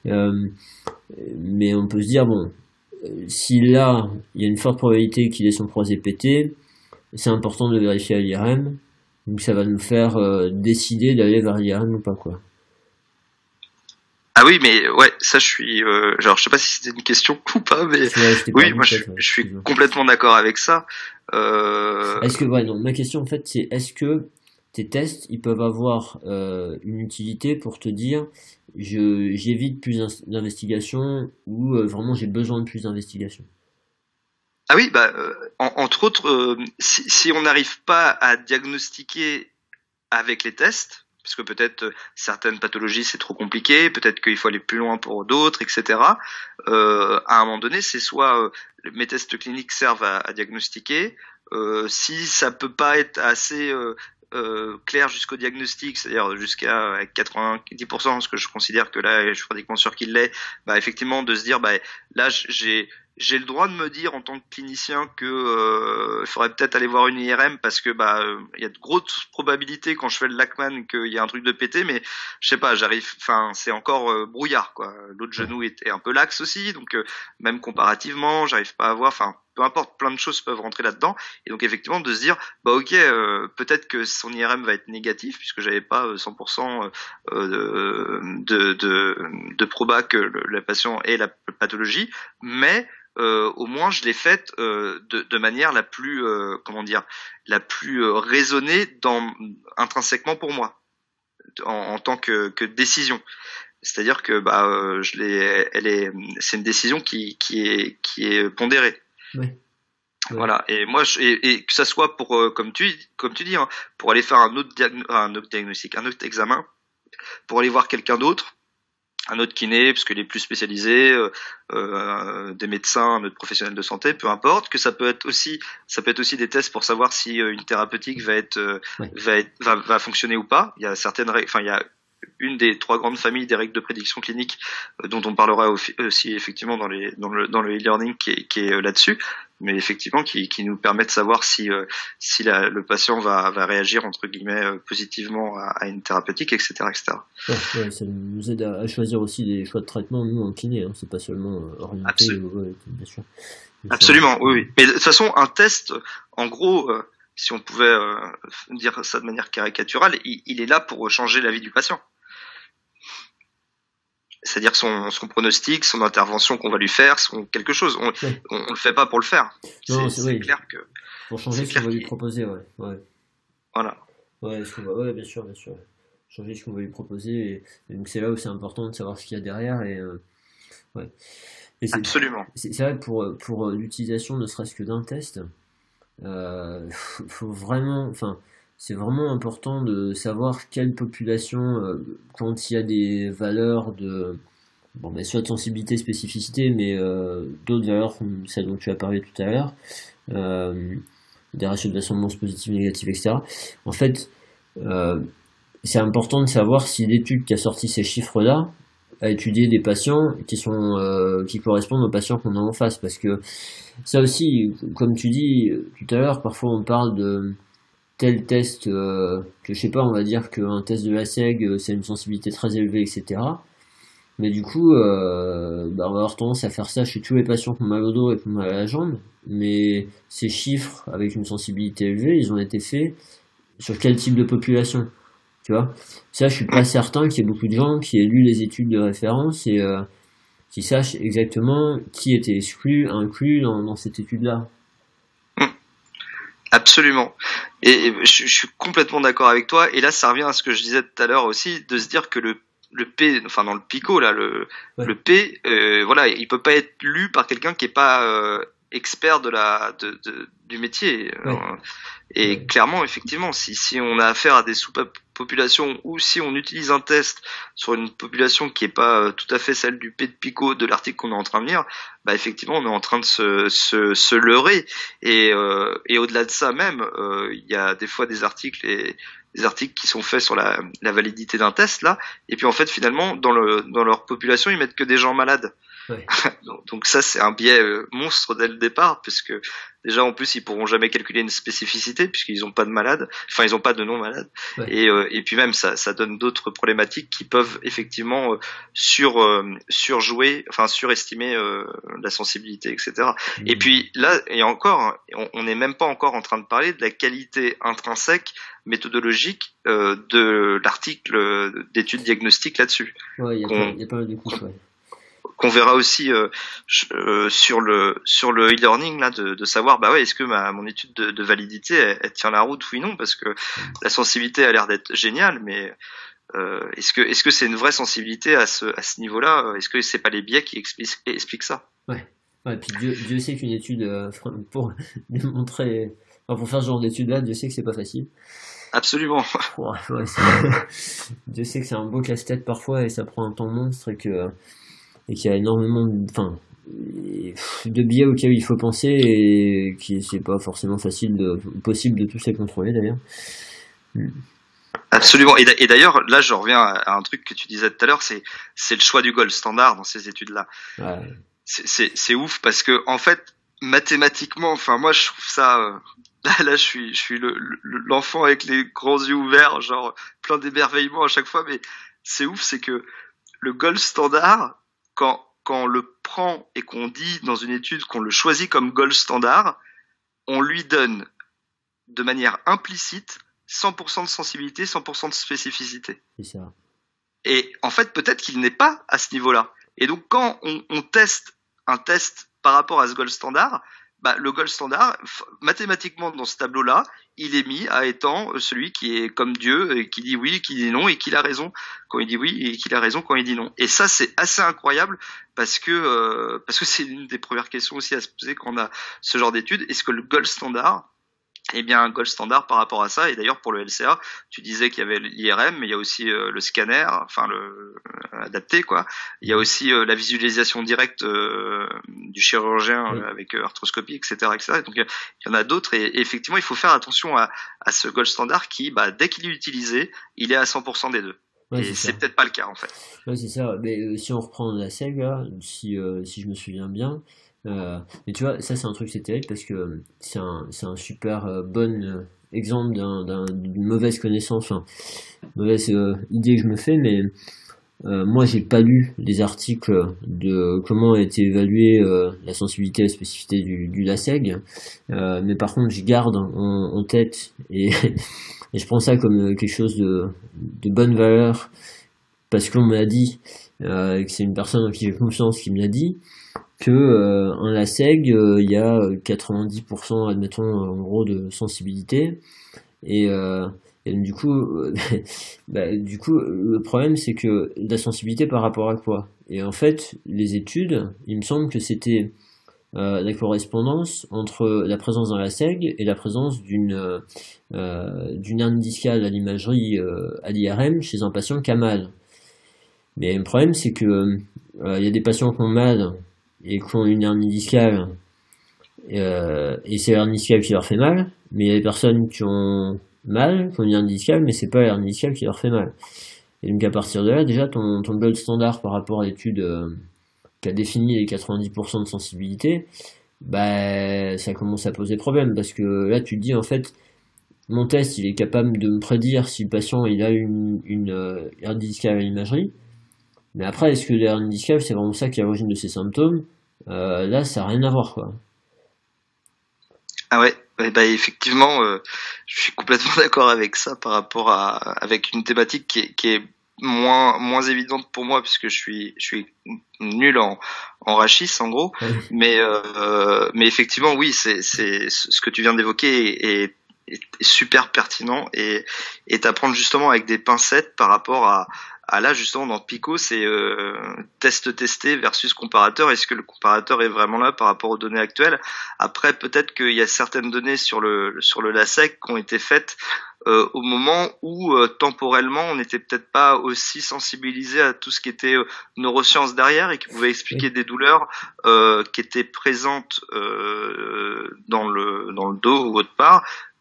on peut se dire si là, il y a une forte probabilité qu'il ait son croisé pété, c'est important de le vérifier à l'IRM, donc ça va nous faire décider d'aller vers l'IRM ou pas, quoi. Ah oui, mais ouais, ça je suis. Genre, je sais pas si c'était une question ou pas, mais Ouais, je t'ai oui, perdu moi peut-être, je suis excuse-moi. complètement d'accord avec ça. Euh, Est-ce que, ouais, non, ma question en fait, c'est est-ce que tes tests, ils peuvent avoir une utilité pour te dire, j'évite plus d'investigation ou vraiment j'ai besoin de plus d'investigation? Ah oui, bah entre autres, si on n'arrive pas à diagnostiquer avec les tests, parce que peut-être certaines pathologies c'est trop compliqué, peut-être qu'il faut aller plus loin pour d'autres, etc. À un moment donné, c'est soit mes tests cliniques servent à diagnostiquer, si ça peut pas être assez clair jusqu'au diagnostic, c'est-à-dire jusqu'à 90%, ce que je considère que là, je suis pratiquement sûr qu'il l'est, bah effectivement de se dire, bah là j'ai le droit de me dire en tant que clinicien que il faudrait peut-être aller voir une IRM parce que bah il y a de grosses probabilités quand je fais le Lachman qu'il y a un truc de pété, mais je sais pas, enfin c'est encore brouillard quoi. L'autre Ouais. genou est un peu laxe aussi, donc même comparativement, j'arrive pas à voir, enfin peu importe, plein de choses peuvent rentrer là-dedans, et donc effectivement de se dire bah ok, peut-être que son IRM va être négatif puisque j'avais pas 100% de proba que le patient ait la pathologie, mais au moins je l'ai faite de manière la plus comment dire, la plus raisonnée intrinsèquement pour moi en tant que décision. C'est-à-dire que bah c'est une décision qui est pondérée. Ouais. Ouais. Voilà. Et moi et que ça soit pour comme tu dis hein, pour aller faire un autre diagnostic, un autre examen, pour aller voir quelqu'un d'autre, un autre kiné, parce qu'il est plus spécialisé, des médecins, un autre professionnel de santé, peu importe, que ça peut être aussi des tests pour savoir si une thérapeutique Ouais. va fonctionner ou pas. Il y a certaines règles, enfin il y a une des trois grandes familles des règles de prédiction clinique dont on parlera aussi effectivement dans le e-learning qui est là-dessus, mais effectivement qui nous permet de savoir si le patient va réagir entre guillemets positivement à une thérapeutique, etc., etc. Ouais, ouais, ça nous aide à choisir aussi des choix de traitement, nous, en kiné, hein, c'est pas seulement orienté, ouais, bien sûr, bien sûr. Absolument, oui, oui. Mais de toute façon, un test, en gros, si on pouvait dire ça de manière caricaturale, il est là pour changer la vie du patient. C'est-à-dire son pronostic, son intervention qu'on va lui faire, son quelque chose. Ouais. On le fait pas pour le faire. Non, C'est oui, clair que pour changer c'est ce qu'on clair va lui qu'il proposer, ouais, ouais. voilà. Ouais, ouais, bien sûr, bien sûr. Ouais. Changer ce qu'on va lui proposer, et donc c'est là où c'est important de savoir ce qu'il y a derrière, et ouais. Et Absolument. c'est vrai, pour l'utilisation ne serait-ce que d'un test, faut vraiment, enfin, c'est vraiment important de savoir quelle population, quand il y a des valeurs de, bon, mais soit de sensibilité, spécificité, mais d'autres valeurs comme celles dont tu as parlé tout à l'heure, euh, des ratios de l'ascendance positive, négative, etc. En fait, euh, c'est important de savoir si l'étude qui a sorti ces chiffres-là a étudié des patients qui correspondent aux patients qu'on a en face, parce que ça aussi, comme tu dis tout à l'heure, parfois on parle de tel test, que je sais pas, on va dire qu'un test de la SEG, c'est une sensibilité très élevée, etc. Mais du coup, bah, on va avoir tendance à faire ça chez tous les patients qui ont mal au dos et qui ont mal à la jambe. Mais ces chiffres avec une sensibilité élevée, ils ont été faits sur quel type de population? Tu vois? Ça, je suis pas certain qu'il y ait beaucoup de gens qui aient lu les études de référence et qui sachent exactement qui était exclu, inclus dans cette étude-là. Absolument. Et je suis complètement d'accord avec toi. Et là, ça revient à ce que je disais tout à l'heure aussi, de se dire que le P, enfin dans le PICO là, Ouais, le P, voilà, il peut pas être lu par quelqu'un qui est pas expert du métier. ouais, Et ouais, clairement, effectivement, si on a affaire à des sous-populations ou si on utilise un test sur une population qui est pas tout à fait celle du P de PICO de l'article qu'on est en train de lire, bah effectivement, on est en train de se leurrer. Et au-delà de ça même, il y a des fois des articles qui sont faits sur la validité d'un test là, et puis en fait finalement dans leur population ils mettent que des gens malades. Ouais. Donc ça, c'est un biais monstre dès le départ, puisque déjà en plus ils pourront jamais calculer une spécificité puisqu'ils n'ont pas de malade, enfin ils n'ont pas de non malade, Ouais. et puis même ça donne d'autres problématiques qui peuvent effectivement surjouer, enfin surestimer la sensibilité, etc. Et puis là, et encore, hein, on n'est même pas encore en train de parler de la qualité intrinsèque méthodologique de l'article d'études diagnostiques là-dessus. Ouais, il y a pas mal de couches, ouais. Qu'on verra aussi sur le e-learning là, de savoir bah ouais, est-ce que mon étude de validité elle tient la route, oui non, parce que la sensibilité a l'air d'être géniale, mais est-ce que c'est une vraie sensibilité à ce niveau-là? Est-ce que c'est pas les biais qui expliquent ça? Ouais. Ouais, puis Dieu sait qu'une étude, pour démontrer, enfin, pour faire ce genre d'étude-là, Dieu sait que c'est pas facile. Absolument. Ouais, ouais, Dieu sait que c'est un beau casse-tête parfois et ça prend un temps monstre et qu'il y a énormément de biais auxquels il faut penser et qui c'est pas forcément possible de tous les contrôler d'ailleurs. Absolument. Et d'ailleurs, là, je reviens à un truc que tu disais tout à l'heure, c'est le choix du gold standard dans ces études-là. Ouais. C'est ouf parce que en fait, mathématiquement, enfin moi, je trouve ça. Là, je suis l'enfant avec les grands yeux ouverts, genre plein d'émerveillement à chaque fois. Mais c'est ouf, c'est que le gold standard, quand on le prend et qu'on dit dans une étude qu'on le choisit comme gold standard, on lui donne de manière implicite 100% de sensibilité, 100% de spécificité. C'est ça. Et en fait, peut-être qu'il n'est pas à ce niveau-là. Et donc, quand on teste un test par rapport à ce gold standard, bah, le gold standard, mathématiquement, dans ce tableau-là, il est mis à étant celui qui est comme Dieu, et qui dit oui, qui dit non, et qui a raison quand il dit oui, et qui a raison quand il dit non. Et ça, c'est assez incroyable, parce que c'est une des premières questions aussi à se poser quand on a ce genre d'études. Est-ce que le gold standard, eh bien, un gold standard par rapport à ça. Et d'ailleurs, pour le LCA, tu disais qu'il y avait l'IRM, mais il y a aussi le scanner, enfin le adapté, quoi. Il y a aussi la visualisation directe du chirurgien avec arthroscopie, etc., etc. Donc, il y en a d'autres. Et effectivement, il faut faire attention à ce gold standard qui, bah, dès qu'il est utilisé, il est à 100% des deux. Ouais, et c'est peut-être pas le cas, en fait. Ouais, c'est ça. Mais si on reprend la SEG, là, si je me souviens bien, mais tu vois, ça c'est un truc, c'est terrible parce que c'est un super bon exemple d'une mauvaise connaissance, enfin, mauvaise idée que je me fais, mais moi j'ai pas lu les articles de comment a été évaluée la sensibilité et la spécificité du LASEG, mais par contre je garde en tête et, et je prends ça comme quelque chose de bonne valeur parce qu'on m'a dit, que c'est une personne en qui j'ai confiance qui me l'a dit, que un LASEG, il y a 90%, admettons, en gros, de sensibilité. Et, donc, du coup, le problème, c'est que la sensibilité par rapport à quoi? Et en fait, les études, il me semble que c'était la correspondance entre la présence d'un LASEG et la présence d'une hernie discale à l'imagerie, à l'IRM, chez un patient qui a mal. Mais le problème, c'est que il y a des patients qui ont mal et qui ont une hernie discale, et c'est l'hernie discale qui leur fait mal, mais il y a des personnes qui ont mal, qui ont une hernie discale, mais c'est pas l'hernie discale qui leur fait mal. Et donc à partir de là, déjà ton gold standard par rapport à l'étude qui a défini les 90% de sensibilité, bah ça commence à poser problème, parce que là tu te dis en fait, mon test il est capable de me prédire si le patient il a une hernie discale à l'imagerie, mais après est-ce que l'hernie discale c'est vraiment ça qui est à l'origine de ces symptômes? Là ça n'a rien à voir, quoi. Ah ouais, bah effectivement, je suis complètement d'accord avec ça par rapport avec une thématique qui est moins évidente pour moi puisque je suis nul en rachis en gros, Ouais. mais effectivement oui, c'est ce que tu viens d'évoquer est super pertinent et t'apprendre justement avec des pincettes par rapport à là justement dans Pico, c'est test testé versus comparateur. Est-ce que le comparateur est vraiment là par rapport aux données actuelles? Après, peut-être qu'il y a certaines données sur le LASEG qui ont été faites au moment où temporellement on n'était peut-être pas aussi sensibilisé à tout ce qui était neurosciences derrière et qui pouvait expliquer des douleurs qui étaient présentes dans le dos ou autre part,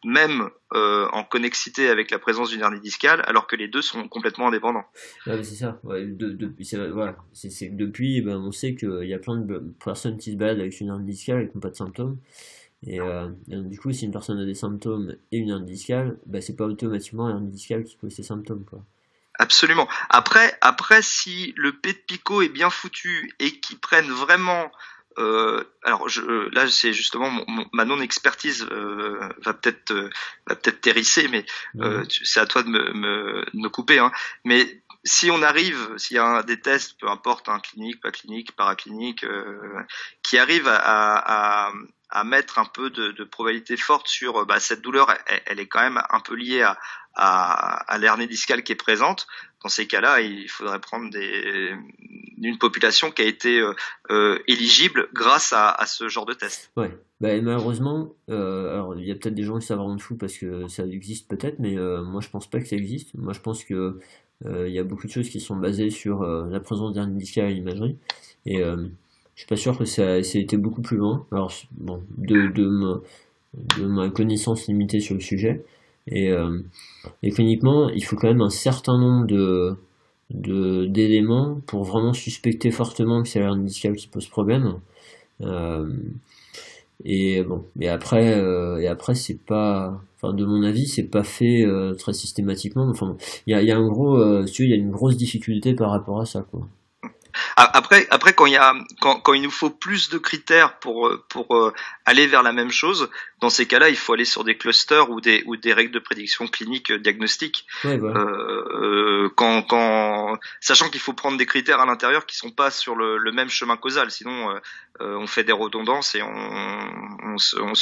même en connexité avec la présence d'une hernie discale, alors que les deux sont complètement indépendants. Ouais, c'est ça. Ouais, voilà. C'est que depuis, ben, on sait qu'il y a plein de personnes qui se baladent avec une hernie discale et qui n'ont pas de symptômes. Et donc, du coup, si une personne a des symptômes et une hernie discale, ben, c'est pas automatiquement l'hernie discale qui cause ces symptômes, quoi. Absolument. Après, si le P de Pico est bien foutu et qu'ils prennent vraiment alors là c'est justement ma non-expertise va peut-être t'hérisser, mais c'est à toi de me couper, hein. Mais si on arrive, s'il y a des tests, peu importe, hein, clinique, pas clinique, paraclinique, qui arrivent à mettre un peu de probabilité forte sur cette douleur, elle est quand même un peu liée à l'hernie discale qui est présente. Dans ces cas-là, il faudrait prendre une population qui a été éligible grâce à ce genre de test. Ouais, bah, malheureusement, alors il y a peut-être des gens qui savent rien de fou parce que ça existe peut-être, mais moi je pense pas que ça existe. Moi je pense que il y a beaucoup de choses qui sont basées sur la présence d'hernie discale à l'imagerie, et je suis pas sûr que ça ait été beaucoup plus loin. Alors bon, de ma connaissance limitée sur le sujet, et cliniquement, il faut quand même un certain nombre d'éléments pour vraiment suspecter fortement que c'est l'hernie discale qui pose problème. Et bon, et après c'est pas, enfin de mon avis c'est pas fait très systématiquement. Enfin, il y a un gros, si tu veux, il y a une grosse difficulté par rapport à ça, quoi. Après, quand il nous faut plus de critères pour aller vers la même chose, dans ces cas-là, il faut aller sur des clusters ou des règles de prédiction clinique diagnostique. Ouais, voilà. Sachant qu'il faut prendre des critères à l'intérieur qui sont pas sur le même chemin causal, sinon on fait des redondances et on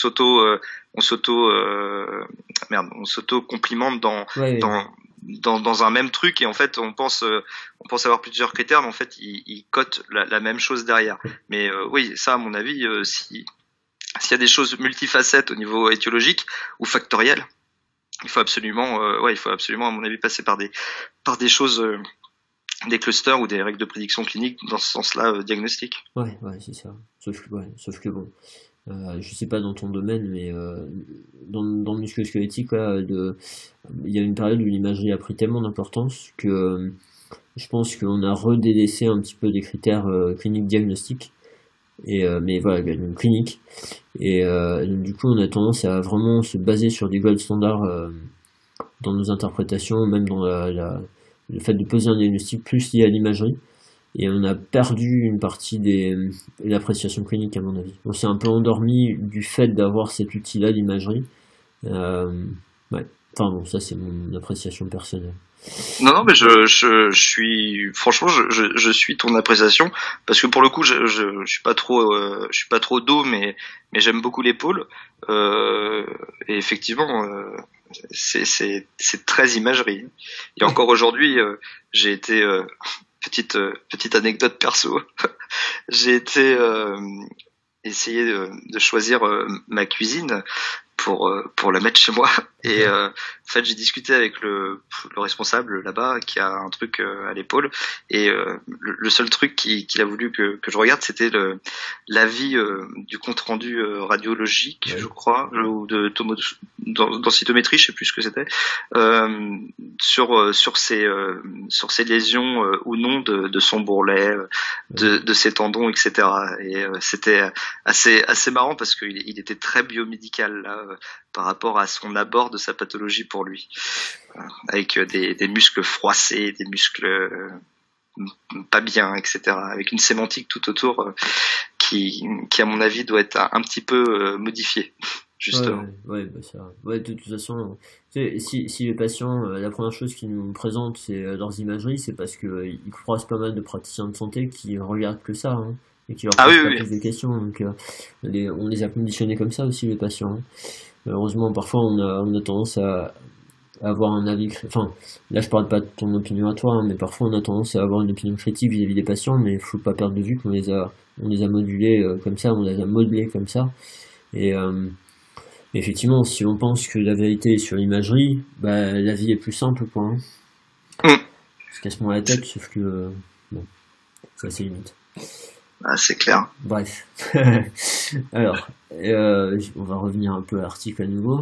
s'auto complimente dans un même truc, et en fait on pense avoir plusieurs critères, mais en fait ils cotent la même chose derrière. Mais oui, ça à mon avis, s'il y a des choses multifacettes au niveau étiologique ou factoriel, il faut absolument à mon avis passer par des choses, des clusters ou des règles de prédiction clinique dans ce sens-là, diagnostic. Ouais, c'est ça. Sauf que bon, je sais pas dans ton domaine, mais dans le musculo-squelettique, il y a une période où l'imagerie a pris tellement d'importance que je pense qu'on a redélaissé un petit peu des critères cliniques diagnostiques, mais voilà, donc cliniques, et donc, du coup on a tendance à vraiment se baser sur des gold standards dans nos interprétations, même dans le fait de poser un diagnostic plus lié à l'imagerie. Et on a perdu une partie de l'appréciation clinique, à mon avis. On s'est un peu endormi du fait d'avoir cet outil-là d'imagerie. Ouais. Enfin bon, ça c'est mon appréciation personnelle. Non, mais je suis, franchement, je suis ton appréciation, parce que pour le coup, je suis pas trop dos, mais j'aime beaucoup l'épaule. Et effectivement, c'est très imagerie. Et encore aujourd'hui, j'ai été petite anecdote perso. J'ai été essayer de choisir ma cuisine pour la mettre chez moi, et en fait j'ai discuté avec le responsable là-bas qui a un truc à l'épaule, et le seul truc qu'il a voulu que je regarde, c'était l'avis du compte rendu radiologique, je crois, ou de densitométrie, je sais plus ce que c'était, sur ces lésions ou non de son bourrelet, de ses tendons, etc. Et c'était assez marrant parce qu'il était très biomédical là, par rapport à ce qu'on aborde de sa pathologie pour lui, avec des muscles froissés, des muscles pas bien, etc., avec une sémantique tout autour qui à mon avis doit être un petit peu modifiée, justement. Ouais, ça. Ouais, de toute façon, tu sais, si les patients, la première chose qu'ils nous présentent, c'est leurs imageries, c'est parce que ils croisent pas mal de praticiens de santé qui regardent que ça, hein, et qui leur posent pas plus de questions. Donc, on les a conditionnés comme ça aussi, les patients, hein. Malheureusement, parfois, on a tendance à avoir un avis, enfin, là je parle pas de ton opinion à toi, hein, mais parfois on a tendance à avoir une opinion critique vis-à-vis des patients, mais faut pas perdre de vue qu'on les a modulés comme ça, on les a modelés comme ça, et effectivement, si on pense que la vérité est sur l'imagerie, bah la vie est plus simple, quoi, hein. On se casse moins la tête, sauf que bon, ça c'est limite. Ah, c'est clair. Bref. Alors, on va revenir un peu à l'article à nouveau.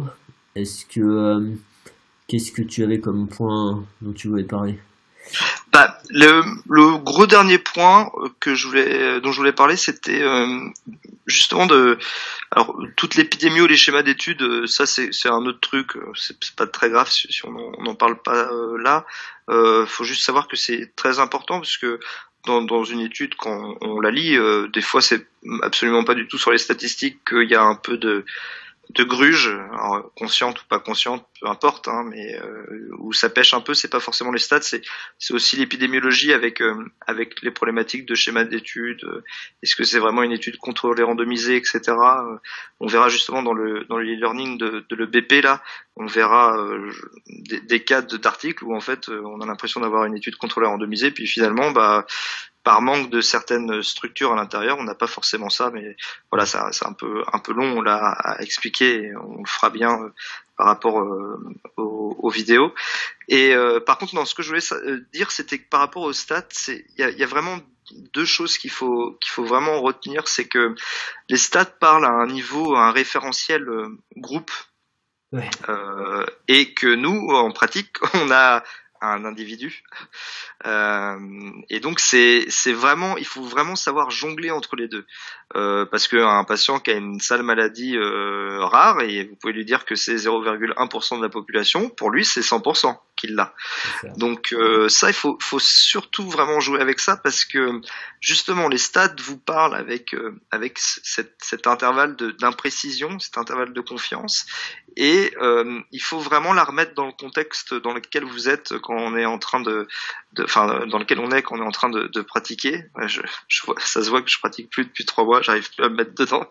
Est-ce que qu'est-ce que tu avais comme point dont tu voulais parler? Bah, le gros dernier point dont je voulais parler, c'était justement alors toute l'épidémie ou les schémas d'études, ça c'est un autre truc, c'est pas très grave si on n'en parle pas là. Faut juste savoir que c'est très important parce que dans une étude quand on la lit, des fois c'est absolument pas du tout sur les statistiques qu'il y a un peu de gruge, alors, consciente ou pas consciente, peu importe, hein, mais où ça pêche un peu, c'est pas forcément les stats, c'est aussi l'épidémiologie avec les problématiques de schéma d'études. Est-ce que c'est vraiment une étude contrôlée randomisée, etc. On verra justement dans le e-learning de l'EBP là, on verra des cas d'articles où en fait on a l'impression d'avoir une étude contrôlée randomisée, puis finalement par manque de certaines structures à l'intérieur, on n'a pas forcément ça, mais voilà, ça c'est un peu long là à expliquer, et on le fera bien par rapport aux vidéos. Et par contre, non, ce que je voulais dire, c'était que par rapport aux stats, il y a vraiment deux choses qu'il faut vraiment retenir, c'est que les stats parlent à un niveau, à un référentiel groupe, Ouais. et que nous, en pratique, on a un individu. Et donc c'est vraiment, il faut vraiment savoir jongler entre les deux, parce qu'un patient qui a une sale maladie rare, et vous pouvez lui dire que c'est 0,1% de la population, pour lui c'est 100% qu'il l'a. Donc ça, il faut surtout vraiment jouer avec ça, parce que justement les stats vous parlent avec cet intervalle d'imprécision, cet intervalle de confiance, et il faut vraiment la remettre dans le contexte dans lequel vous êtes quand on est en train dans lequel on est quand on est en train de pratiquer. Ça se voit que je pratique plus depuis 3 mois, j'arrive plus à me mettre dedans.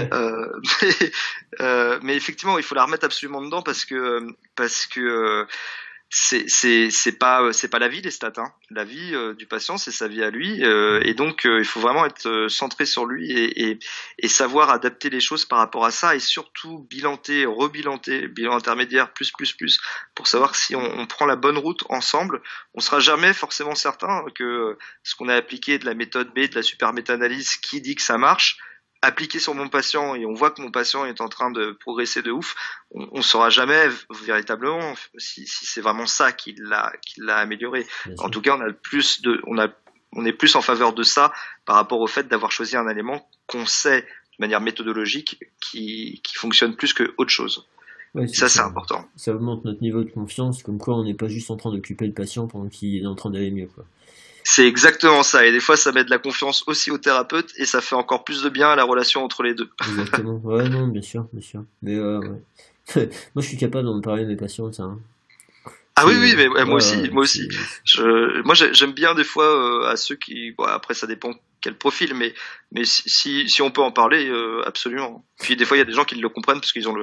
Mais effectivement, il faut la remettre absolument dedans, parce que c'est pas la vie, les stats, hein. La vie du patient, c'est sa vie à lui, et donc il faut vraiment être centré sur lui, et savoir adapter les choses par rapport à ça, et surtout bilanter, rebilanter, bilan intermédiaire plus pour savoir si on prend la bonne route ensemble. On sera jamais forcément certain que ce qu'on a appliqué de la méthode B, de la super méta-analyse qui dit que ça marche, appliqué sur mon patient, et on voit que mon patient est en train de progresser de ouf, on saura jamais véritablement si c'est vraiment ça qui l'a amélioré. En tout cas, on est plus en faveur de ça par rapport au fait d'avoir choisi un élément qu'on sait de manière méthodologique qui fonctionne plus que autre chose. Ouais, Ça, c'est important. Ça augmente notre niveau de confiance, comme quoi on n'est pas juste en train d'occuper le patient pendant qu'il est en train d'aller mieux, quoi. C'est exactement ça, et des fois ça met de la confiance aussi au thérapeute, et ça fait encore plus de bien à la relation entre les deux. Exactement. Ouais, non, bien sûr. Mais ouais. Moi, je suis capable d'en parler à mes patients, ça, hein. Ah oui, mais moi Ouais, aussi. Moi, j'aime bien des fois à ceux qui, bon, après ça dépend quel profil, mais si on peut en parler, absolument. Puis des fois il y a des gens qui le comprennent parce qu'ils ont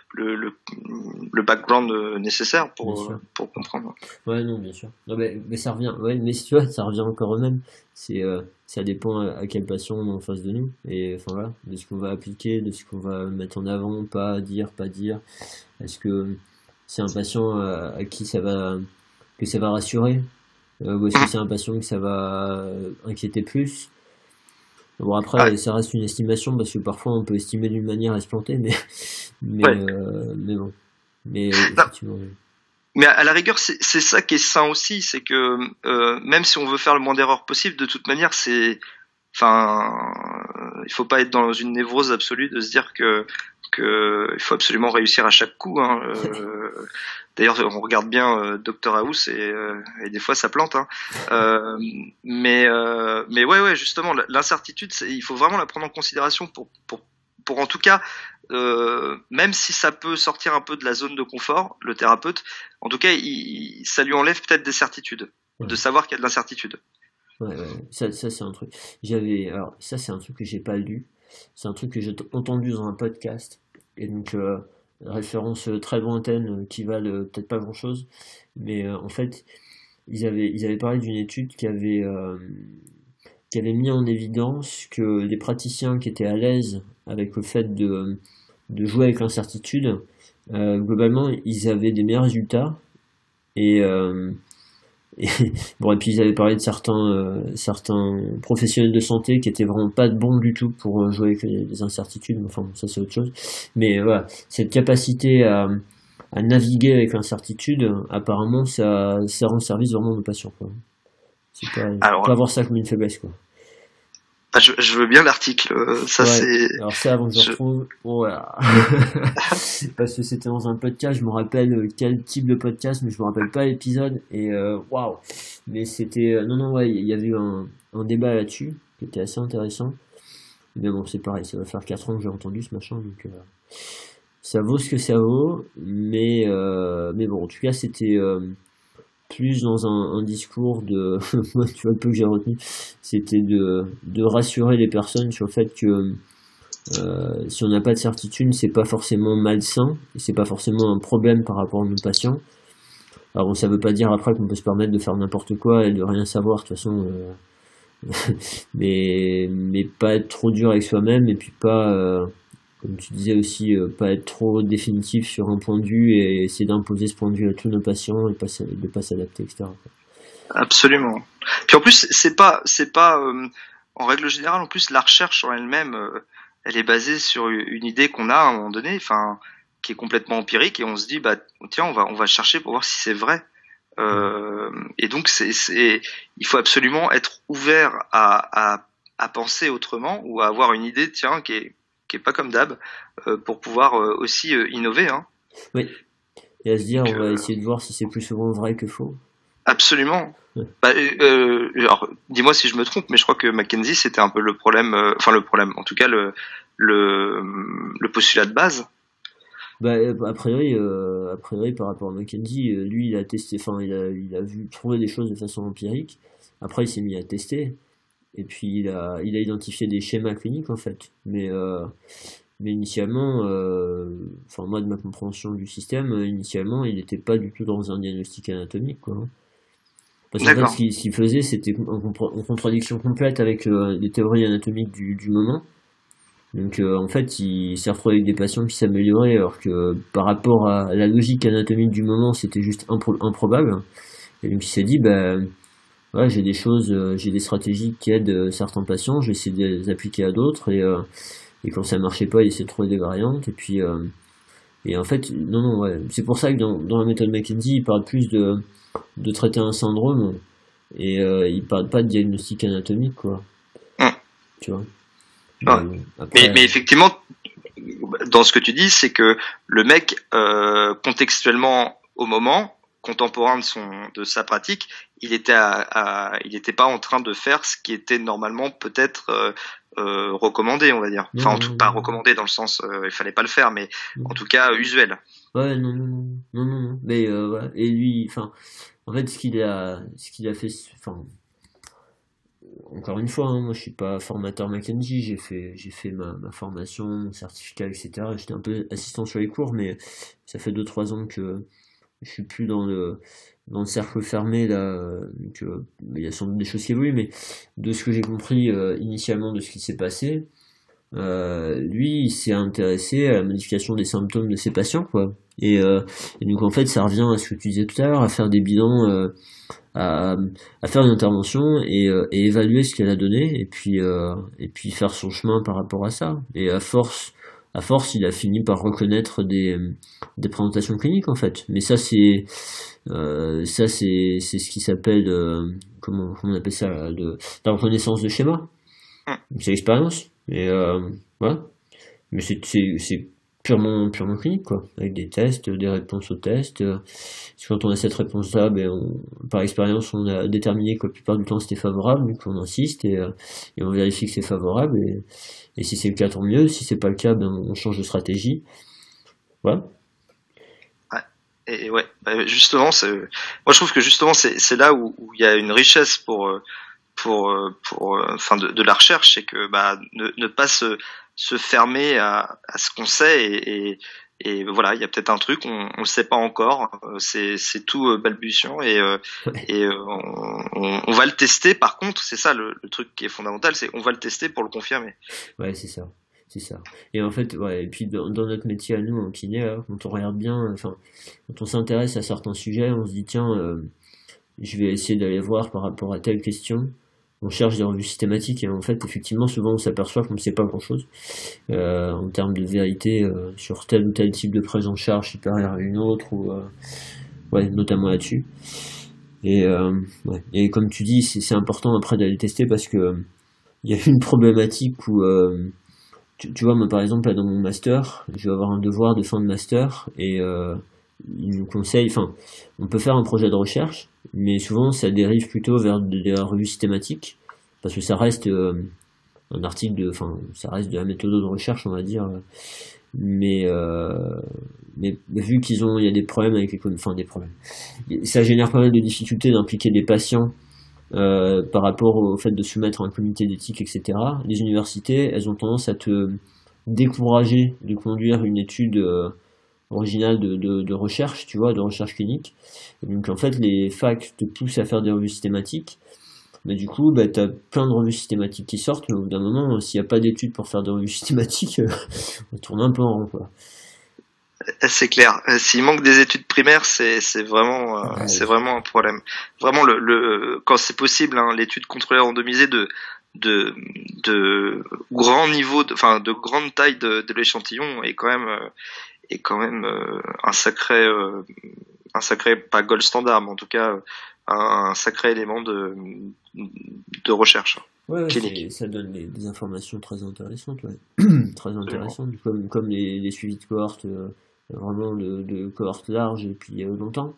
le background nécessaire pour comprendre. Ouais, non, bien sûr. Non, mais ça revient. Ouais, mais si tu vois, ça revient encore au même. Ça dépend à quel patient on a en face de nous, et enfin voilà, de ce qu'on va appliquer, de ce qu'on va mettre en avant, pas dire. Est-ce que c'est un patient à qui que ça va rassurer, ou est-ce que c'est un patient que ça va inquiéter plus? Bon, après, Ouais. ça reste une estimation, parce que parfois on peut estimer d'une manière et se planter, Ouais. mais bon. Mais Non, effectivement, oui. mais à la rigueur, c'est ça qui est sain aussi, c'est que même si on veut faire le moins d'erreurs possible, de toute manière, enfin, il faut pas être dans une névrose absolue de se dire que il faut absolument réussir à chaque coup, hein. D'ailleurs, on regarde bien Dr House, et des fois ça plante, hein. Mais ouais, justement, l'incertitude, il faut vraiment la prendre en considération pour en tout cas, même si ça peut sortir un peu de la zone de confort, le thérapeute, en tout cas, ça lui enlève peut-être des certitudes, de Ouais. savoir qu'il y a de l'incertitude. Ouais, ouais. Ça c'est un truc. Alors, ça, c'est un truc que j'ai pas lu. C'est un truc que j'ai entendu dans un podcast. Et donc, référence très lointaine, qui valent peut-être pas grand-chose. Mais en fait, ils avaient parlé d'une étude qui avait mis en évidence que les praticiens qui étaient à l'aise avec le fait de jouer avec l'incertitude, globalement, ils avaient des meilleurs résultats. Et, et, bon, et puis ils avaient parlé de certains professionnels de santé qui étaient vraiment pas bons du tout pour jouer avec les incertitudes. Enfin, ça c'est autre chose. Mais voilà, cette capacité à naviguer avec l'incertitude, apparemment ça rend service vraiment aux patients, quoi. C'est pas Alors, voir ça comme une faiblesse, quoi. je veux bien l'article. Ça, Ouais. c'est. Alors ça, avant que je Je... retrouve, voilà. Parce que c'était dans un podcast, je me rappelle quel type de podcast, mais je me rappelle pas l'épisode. Et waouh. Mais c'était, non, ouais, il y avait eu un débat là-dessus qui était assez intéressant. Mais bon, c'est pareil, ça va faire 4 ans que j'ai entendu ce machin, donc ça vaut ce que ça vaut. Mais bon, en tout cas, c'était plus dans un discours de, moi, tu vois, le peu que j'ai retenu, c'était de rassurer les personnes sur le fait que si on n'a pas de certitude, c'est pas forcément malsain, et c'est pas forcément un problème par rapport à nos patients. Alors bon, ça veut pas dire après qu'on peut se permettre de faire n'importe quoi et de rien savoir, de toute façon, mais pas être trop dur avec soi-même, et puis pas, comme tu disais aussi, pas être trop définitif sur un point de vue et essayer d'imposer ce point de vue à tous nos patients et de pas s'adapter, etc. Absolument. Puis en plus, c'est pas, en règle générale, en plus, la recherche en elle-même, elle est basée sur une idée qu'on a à un moment donné, enfin, qui est complètement empirique, et on se dit, bah, tiens, on va chercher pour voir si c'est vrai. Et donc, il faut absolument être ouvert à penser autrement ou à avoir une idée, tiens, qui est pas comme d'hab, pour pouvoir aussi innover, hein. Oui, et à se dire, Donc, on va essayer de voir si c'est plus souvent vrai que faux. absolument. Ouais. Bah, alors, dis-moi si je me trompe, mais je crois que Mackenzie, c'était un peu le problème, enfin le problème, en tout cas le postulat de base. Bah, a priori, par rapport à Mackenzie, lui, il a testé, enfin, il a vu trouver des choses de façon empirique. Après, il s'est mis à tester, et puis il a identifié des schémas cliniques en fait. Mais initialement, enfin moi de ma compréhension du système, initialement, il n'était pas du tout dans un diagnostic anatomique, quoi, hein. Parce qu'en fait, D'accord. ce qu'il faisait, c'était en contradiction complète avec les théories anatomiques du moment. Donc en fait, il s'est retrouvé avec des patients qui s'amélioraient, alors que par rapport à la logique anatomique du moment, c'était juste improbable. Et donc il s'est dit, bah, ouais, j'ai des choses, j'ai des stratégies qui aident certains patients, je vais essayer de les appliquer à d'autres, et quand ça marchait pas, il essaie de trouver des variantes, et en fait, non, ouais, c'est pour ça que dans la méthode McKinsey, il parle plus de traiter un syndrome, et il parle pas de diagnostic anatomique, quoi, Hum, tu vois. Mais ouais. bon, après, Mais effectivement, dans ce que tu dis, c'est que le mec, contextuellement, au moment contemporain de sa pratique, il était pas en train de faire ce qui était normalement peut-être recommandé, on va dire. non, Enfin, en non, tout pas non, recommandé dans le sens, il fallait pas le faire, mais en non. tout cas usuel. Ouais, non. Mais voilà. Et lui, enfin, en fait, ce qu'il a fait, enfin, encore une fois, hein, moi, je suis pas formateur Mackenzie, j'ai fait ma formation, mon certificat, etc. J'étais un peu assistant sur les cours, mais ça fait 2 3 ans que je suis plus dans le cercle fermé là. Donc, il y a sans doute des choses qui évoluent, mais de ce que j'ai compris initialement de ce qui s'est passé. Lui, il s'est intéressé à la modification des symptômes de ses patients, quoi. Et donc en fait, ça revient à ce que tu disais tout à l'heure, à faire des bilans, à, à faire une intervention et évaluer ce qu'elle a donné, et puis faire son chemin par rapport à ça. Et à force, il a fini par reconnaître des présentations cliniques en fait. Mais c'est ce qui s'appelle, comment on appelle ça, là, la reconnaissance de schéma. Hum. C'est l'expérience. Voilà. Mais c'est purement clinique, quoi. Avec des tests, des réponses aux tests. Quand on a cette réponse-là, ben par expérience, on a déterminé que la plupart du temps c'était favorable, donc on insiste et on vérifie que c'est favorable. Et si c'est le cas, tant mieux. Si c'est pas le cas, ben on change de stratégie. Voilà. Ouais. Et ouais, bah, justement, moi je trouve que justement c'est là où il y a une richesse enfin de la recherche, c'est que bah ne pas se fermer à ce qu'on sait et voilà, il y a peut-être un truc on le sait pas encore, c'est tout balbutiant et on va le tester. Par contre, c'est ça le truc qui est fondamental, c'est on va le tester pour le confirmer. Ouais, c'est ça. C'est ça. Et en fait, ouais, et puis dans notre métier à nous, en kiné, là, quand on regarde bien, enfin, quand on s'intéresse à certains sujets, on se dit, tiens, je vais essayer d'aller voir par rapport à telle question, on cherche des revues systématiques et en fait effectivement souvent on s'aperçoit qu'on ne sait pas grand chose en termes de vérité sur tel ou tel type de prise en charge supérieure à une autre ou ouais, notamment là-dessus. Et, ouais. Et comme tu dis, c'est important après d'aller tester parce que il y a une problématique où tu vois, moi par exemple là dans mon master, je vais avoir un devoir de fin de master et il nous conseille, enfin, on peut faire un projet de recherche, mais souvent ça dérive plutôt vers des revues systématiques parce que ça reste un article enfin, ça reste de la méthode de recherche, on va dire, mais vu il y a des problèmes avec des problèmes, ça génère pas mal de difficultés d'impliquer des patients par rapport au fait de soumettre à un comité d'éthique, etc. Les universités, elles ont tendance à te décourager de conduire une étude originale de recherche, tu vois, de recherche clinique. Et donc en fait, les facs te poussent à faire des revues systématiques. Mais du coup, t'as plein de revues systématiques qui sortent, mais au bout d'un moment, s'il n'y a pas d'études pour faire des revues systématiques, on tourne un peu en rond, quoi. C'est clair. S'il manque des études primaires, c'est vraiment un problème. Vraiment quand c'est possible, hein, l'étude contrôlée randomisée de grand niveau, de grande taille de l'échantillon est quand même un sacré pas gold standard, mais en tout cas un sacré élément de recherche clinique. Ça donne des informations très intéressantes, ouais. Très intéressantes, comme les suivis de cohortes, vraiment de cohortes larges et puis longtemps.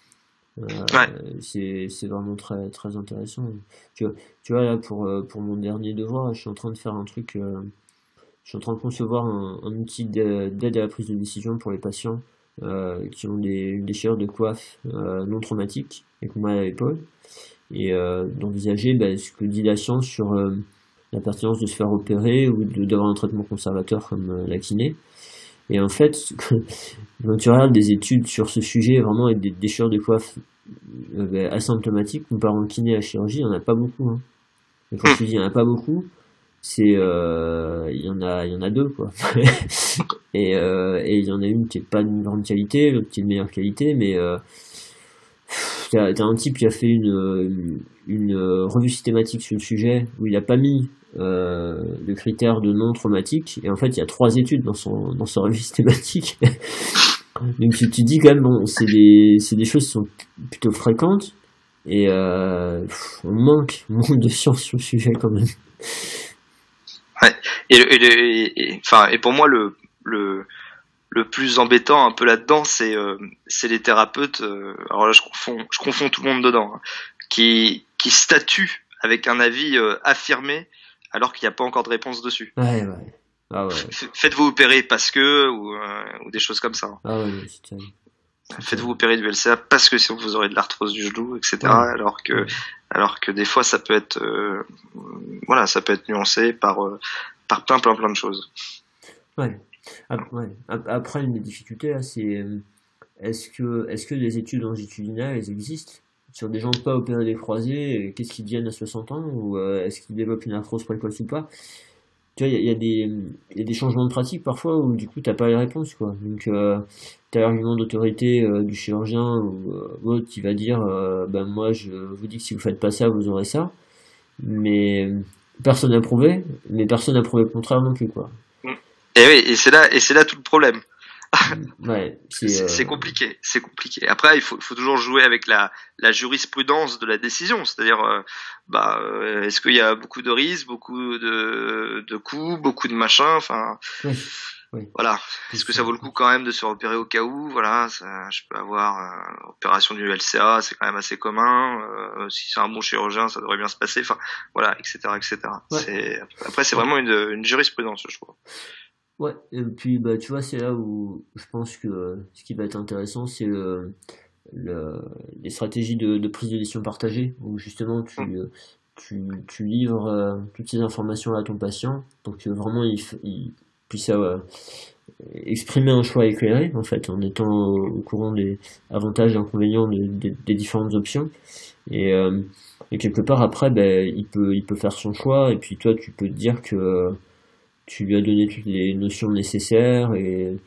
C'est vraiment très très intéressant. Tu vois là pour mon dernier devoir, je suis en train de faire un truc. Je suis en train de concevoir un outil d'aide à la prise de décision pour les patients qui ont une déchirure de coiffe non traumatique avec mal à l'épaule et d'envisager ce que dit la science sur la pertinence de se faire opérer ou d'avoir un traitement conservateur comme la kiné. Et en fait, quand tu regardes des études sur ce sujet, vraiment avec des déchirures de coiffe asymptomatiques, comparant le kiné à la chirurgie, il n'y en a pas beaucoup. Hein. Et quand je dis il n'y en a pas beaucoup, c'est il y en a deux, quoi. Et il y en a une qui est pas d'une grande qualité, l'autre qui est de meilleure qualité, mais t'as un type qui a fait une revue systématique sur le sujet où il a pas mis le critère de non traumatique, et en fait il y a 3 études dans sa revue systématique. Donc tu te dis quand même, bon, c'est des choses qui sont plutôt fréquentes et on manque de science sur le sujet quand même. Ouais. Et pour moi le plus embêtant un peu là-dedans, c'est les thérapeutes. Alors là, je confonds tout le monde dedans, hein, qui statuent avec un avis affirmé alors qu'il n'y a pas encore de réponse dessus. Ouais. Ah ouais. Faites-vous opérer parce que ou des choses comme ça. Ah ouais, c'est Faites-vous opérer du LCA parce que sinon vous aurez de l'arthrose du genou, etc. Ouais. Alors que des fois ça peut être ça peut être nuancé par plein de choses. Ouais. Après, une des difficultés là, c'est est-ce que les études longitudinales elles existent sur des gens pas opérés des croisés, qu'est-ce qu'ils deviennent à 60 ans, ou est-ce qu'ils développent une arthrose précoce ou pas? Tu vois, il y a des changements de pratique parfois où du coup t'as pas les réponses, quoi. Donc t'as l'argument d'autorité du chirurgien ou autre qui va dire moi je vous dis que si vous faites pas ça vous aurez ça, mais personne n'a prouvé le contraire non plus, quoi. Et oui, et c'est là tout le problème. Ouais, c'est compliqué. Après, il faut toujours jouer avec la jurisprudence de la décision, c'est-à-dire, est-ce qu'il y a beaucoup de risques, beaucoup de coûts, beaucoup de machins, enfin, oui. Voilà. Est-ce que ça vaut le coup quand même de se repérer au cas où, voilà, je peux avoir opération du LCA, c'est quand même assez commun. Si c'est un bon chirurgien, ça devrait bien se passer. Enfin, voilà, etc. Ouais. Après, c'est vraiment une jurisprudence, je trouve. Ouais, et puis tu vois, c'est là où je pense que ce qui va être intéressant, c'est les stratégies de prise de décision partagée, où justement tu livres toutes ces informations à ton patient pour que vraiment il puisse exprimer un choix éclairé, en fait, en étant au courant des avantages et inconvénients des différentes options. Et quelque part après, il peut faire son choix, et puis toi tu peux te dire que tu lui as donné toutes les notions nécessaires, et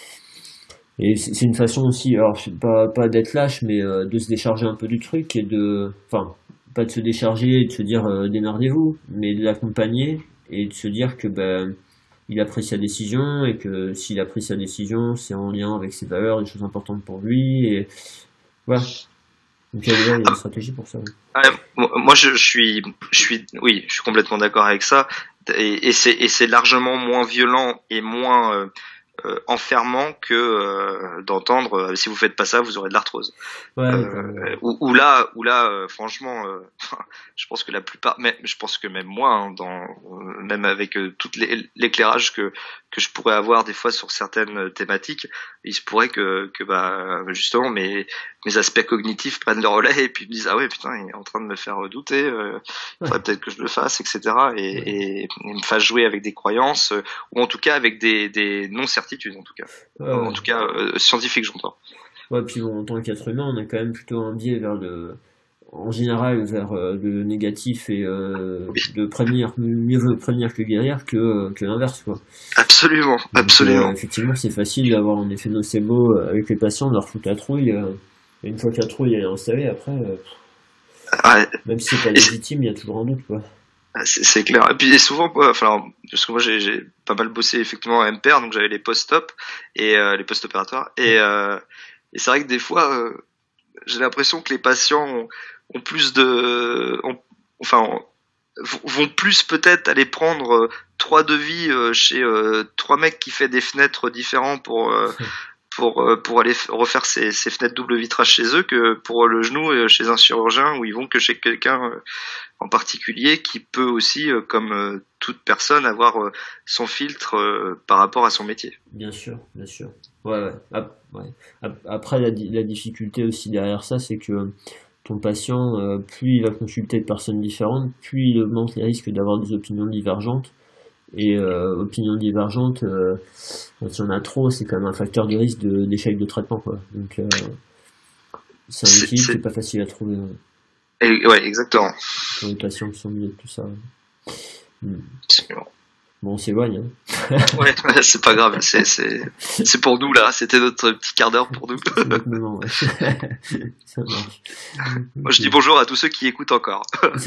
c'est une façon aussi, alors pas d'être lâche, mais de se décharger un peu du truc, et pas de se décharger et de se dire démerdez-vous, mais de l'accompagner et de se dire que il a pris sa décision et que s'il a pris sa décision, c'est en lien avec ses valeurs, des choses importantes pour lui et voilà. Donc il y a une stratégie pour ça. Ouais, moi oui, je suis complètement d'accord avec ça et c'est largement moins violent et moins enfermant que d'entendre si vous faites pas ça vous aurez de l'arthrose. Ouais, Ou là franchement je pense que la plupart mais je pense que même moi hein, même avec tout l'éclairage que je pourrais avoir des fois sur certaines thématiques, il se pourrait que justement mes aspects cognitifs prennent le relais et puis me disent ah ouais putain il est en train de me faire douter, il faudrait peut-être que je le fasse, etc. et me fasse jouer avec des croyances ou en tout cas avec des non certitudes en tout cas en tout cas scientifiques j'entends. Ouais, puis bon, en tant qu'être humain on a quand même plutôt un biais en général vers le négatif et de prévenir, mieux vaut prévenir que guérir que l'inverse quoi. Absolument, donc, absolument. Effectivement c'est facile d'avoir un effet nocebo avec les patients, de leur foutre la trouille et une fois que la trouille est installée après Ouais. même si c'est pas légitime il y a toujours un doute quoi. C'est clair. Et puis et souvent, parce que moi j'ai pas mal bossé effectivement en MPR, donc j'avais les post-op et les post-opératoires. Et c'est vrai que des fois, j'ai l'impression que les patients ont plus vont plus peut-être aller prendre 3 devis chez 3 mecs qui fait des fenêtres différents pour aller refaire ces fenêtres double vitrage chez eux que pour le genou chez un chirurgien où ils vont que chez quelqu'un en particulier qui peut aussi, comme toute personne, avoir son filtre par rapport à son métier. Bien sûr. Ouais. Après, la difficulté aussi derrière ça, c'est que ton patient, plus il va consulter de personnes différentes, plus il augmente les risques d'avoir des opinions divergentes. Et opinions divergentes, quand il y en a trop, c'est quand même un facteur de risque d'échec de traitement, quoi. Donc, c'est un équilibre qui est pas facile à trouver. Ouais, exactement. Pour les patients qui sont au milieu de tout ça. Bon, on s'éloigne. Hein. Ouais, c'est pas grave. C'est pour nous là. C'était notre petit quart d'heure pour nous. Moment, ouais. Ça marche. Moi, je dis bonjour à tous ceux qui écoutent encore.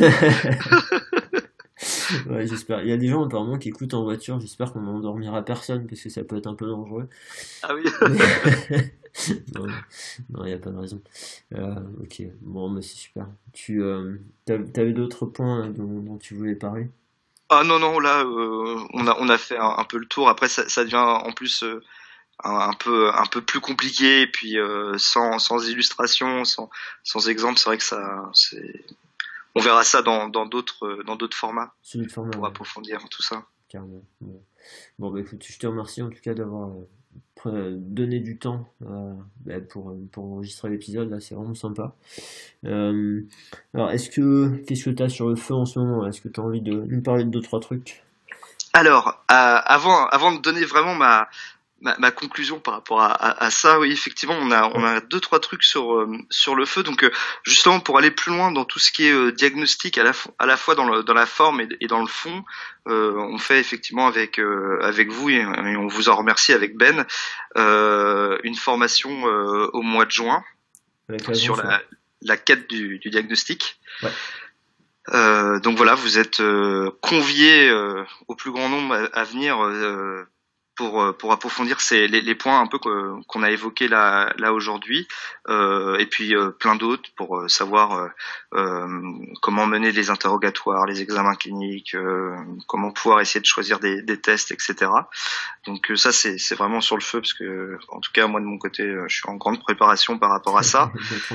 Ouais, j'espère. Il y a des gens apparemment qui écoutent en voiture. J'espère qu'on n'endormira personne parce que ça peut être un peu dangereux. Ah oui. Non, il n'y a pas de raison. Ok, bon, mais c'est super. T'avais d'autres points dont tu voulais parler? Ah non, là, on a fait un peu le tour. Après, ça devient en plus un peu plus compliqué. Et puis sans illustration, sans exemple, c'est vrai que on verra ça dans d'autres formats. Sur d'autres formats. Pour approfondir tout ça. Carrément. Bon, écoute, je te remercie en tout cas d'avoir donné du temps pour enregistrer l'épisode. Là, c'est vraiment sympa. Alors, qu'est-ce que tu as sur le feu en ce moment? Est-ce que tu as envie de nous parler de 2-3 trucs? Alors, avant de donner vraiment ma conclusion par rapport à ça, oui, effectivement, on a 2-3 trucs sur le feu. Donc, justement, pour aller plus loin dans tout ce qui est diagnostic, à la fois dans la forme et dans le fond, on fait effectivement avec vous et on vous en remercie avec Ben une formation au mois de juin sur la quête du diagnostic. Ouais. Donc voilà, vous êtes conviés au plus grand nombre à venir pour approfondir les points un peu qu'on a évoqués là aujourd'hui, et puis plein d'autres pour savoir comment mener les interrogatoires, les examens cliniques, comment pouvoir essayer de choisir des tests, etc. Donc ça c'est vraiment sur le feu parce que en tout cas moi de mon côté je suis en grande préparation par rapport à ça.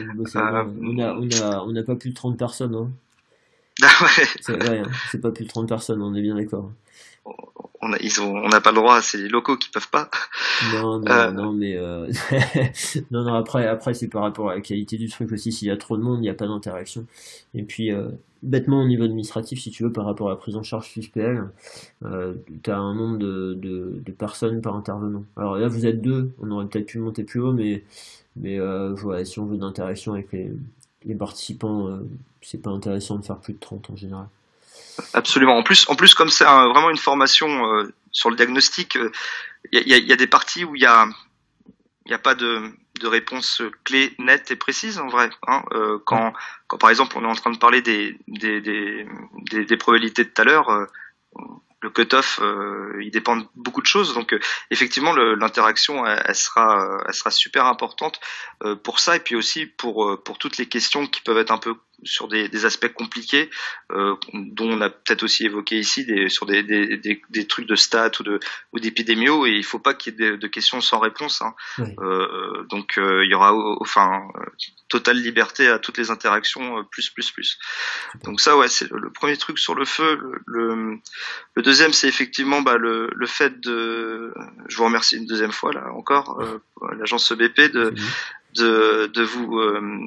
On n'a pas plus de 30 personnes. Hein. Ah ouais. C'est pas plus de 30 personnes, on est bien d'accord. On n'a pas le droit, c'est les locaux qui peuvent pas. Non, mais non, après c'est par rapport à la qualité du truc aussi. S'il y a trop de monde, il n'y a pas d'interaction. Et puis bêtement au niveau administratif, si tu veux, par rapport à la prise en charge FIFPL, t'as un nombre de personnes par intervenant. Alors là, vous êtes 2, on aurait peut-être pu monter plus haut, mais voilà, si on veut d'interaction avec les participants, c'est pas intéressant de faire plus de 30 en général. Absolument. En plus, comme c'est vraiment une formation sur le diagnostic, il y a des parties où il y a il n'y a pas de réponse clé, nette et précise en vrai. Hein. Quand par exemple on est en train de parler des probabilités de tout à l'heure, le cut-off, il dépend de beaucoup de choses. Donc effectivement, l'interaction, elle sera super importante pour ça, et puis aussi pour toutes les questions qui peuvent être un peu sur des aspects compliqués, dont on a peut-être aussi évoqué ici, sur des trucs de stats ou d'épidémiaux, et il faut pas qu'il y ait de questions sans réponse. Hein. Oui. Donc il y aura totale liberté à toutes les interactions, plus. Donc ça, ouais, c'est le premier truc sur le feu. Le deuxième, c'est effectivement le fait de, je vous remercie une deuxième fois là encore, l'agence EBP de vous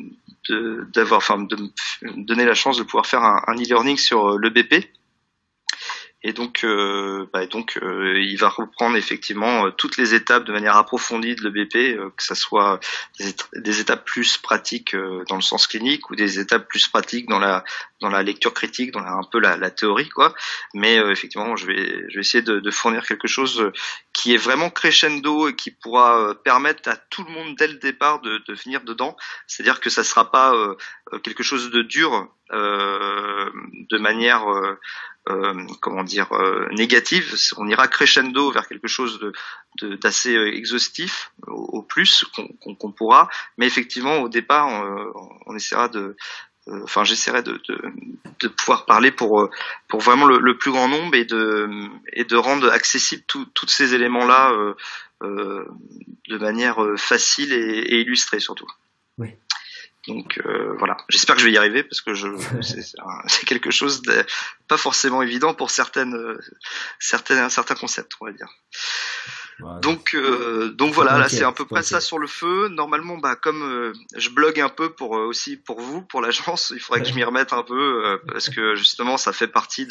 de me donner la chance de pouvoir faire un e-learning sur le BP. Et donc, il va reprendre effectivement toutes les étapes de manière approfondie de l'EBP, que ça soit des étapes plus pratiques dans le sens clinique, ou des étapes plus pratiques dans la lecture critique, dans un peu la théorie, quoi. Mais effectivement, je vais essayer de fournir quelque chose qui est vraiment crescendo et qui pourra permettre à tout le monde dès le départ de venir dedans. C'est-à-dire que ça sera pas quelque chose de dur de manière négative. On ira crescendo vers quelque chose d'assez exhaustif au plus qu'on pourra, mais effectivement au départ on essaiera j'essaierai de pouvoir parler pour vraiment le plus grand nombre, et de rendre accessible tous ces éléments là de manière facile et illustrée surtout. Oui. Donc voilà, j'espère que je vais y arriver, parce que c'est quelque chose de pas forcément évident pour certains concepts, on va dire. Ouais. Donc voilà, là c'est à peu près ça sur le feu. Normalement, comme je blogue un peu aussi pour vous, pour l'agence, il faudrait que je m'y remette un peu, parce que justement ça fait partie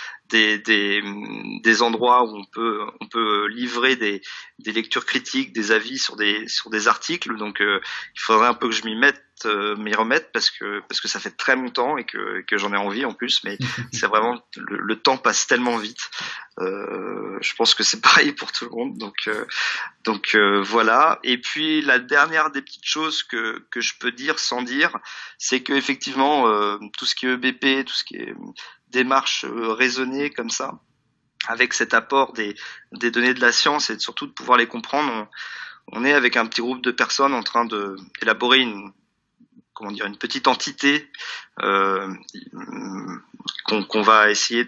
des endroits où on peut livrer des lectures critiques, des avis sur des articles. Donc il faudrait un peu que je m'y remette, parce que ça fait très longtemps et que j'en ai envie en plus, mais c'est vraiment le temps passe tellement vite. Je pense que c'est pareil pour tout le monde, donc voilà. Et puis la dernière des petites choses que je peux dire sans dire, c'est que effectivement tout ce qui est EBP, tout ce qui est démarche raisonnée comme ça, avec cet apport des données de la science, et surtout de pouvoir les comprendre, on est avec un petit groupe de personnes en train d'élaborer une petite entité qu'on va essayer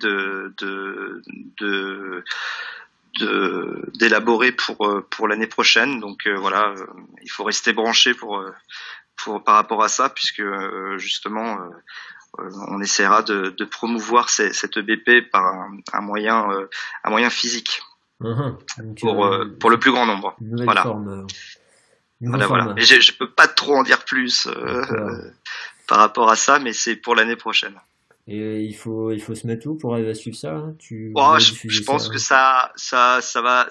d'élaborer pour l'année prochaine. Donc voilà, il faut rester branché par rapport à ça, puisque justement on essaiera de promouvoir cette EBP par un moyen physique. Pour le plus grand nombre. Voilà. Voilà. Et je peux pas trop en dire plus par rapport à ça, mais c'est pour l'année prochaine. Et il faut se mettre où pour arriver à suivre ça, hein? Je pense que ça va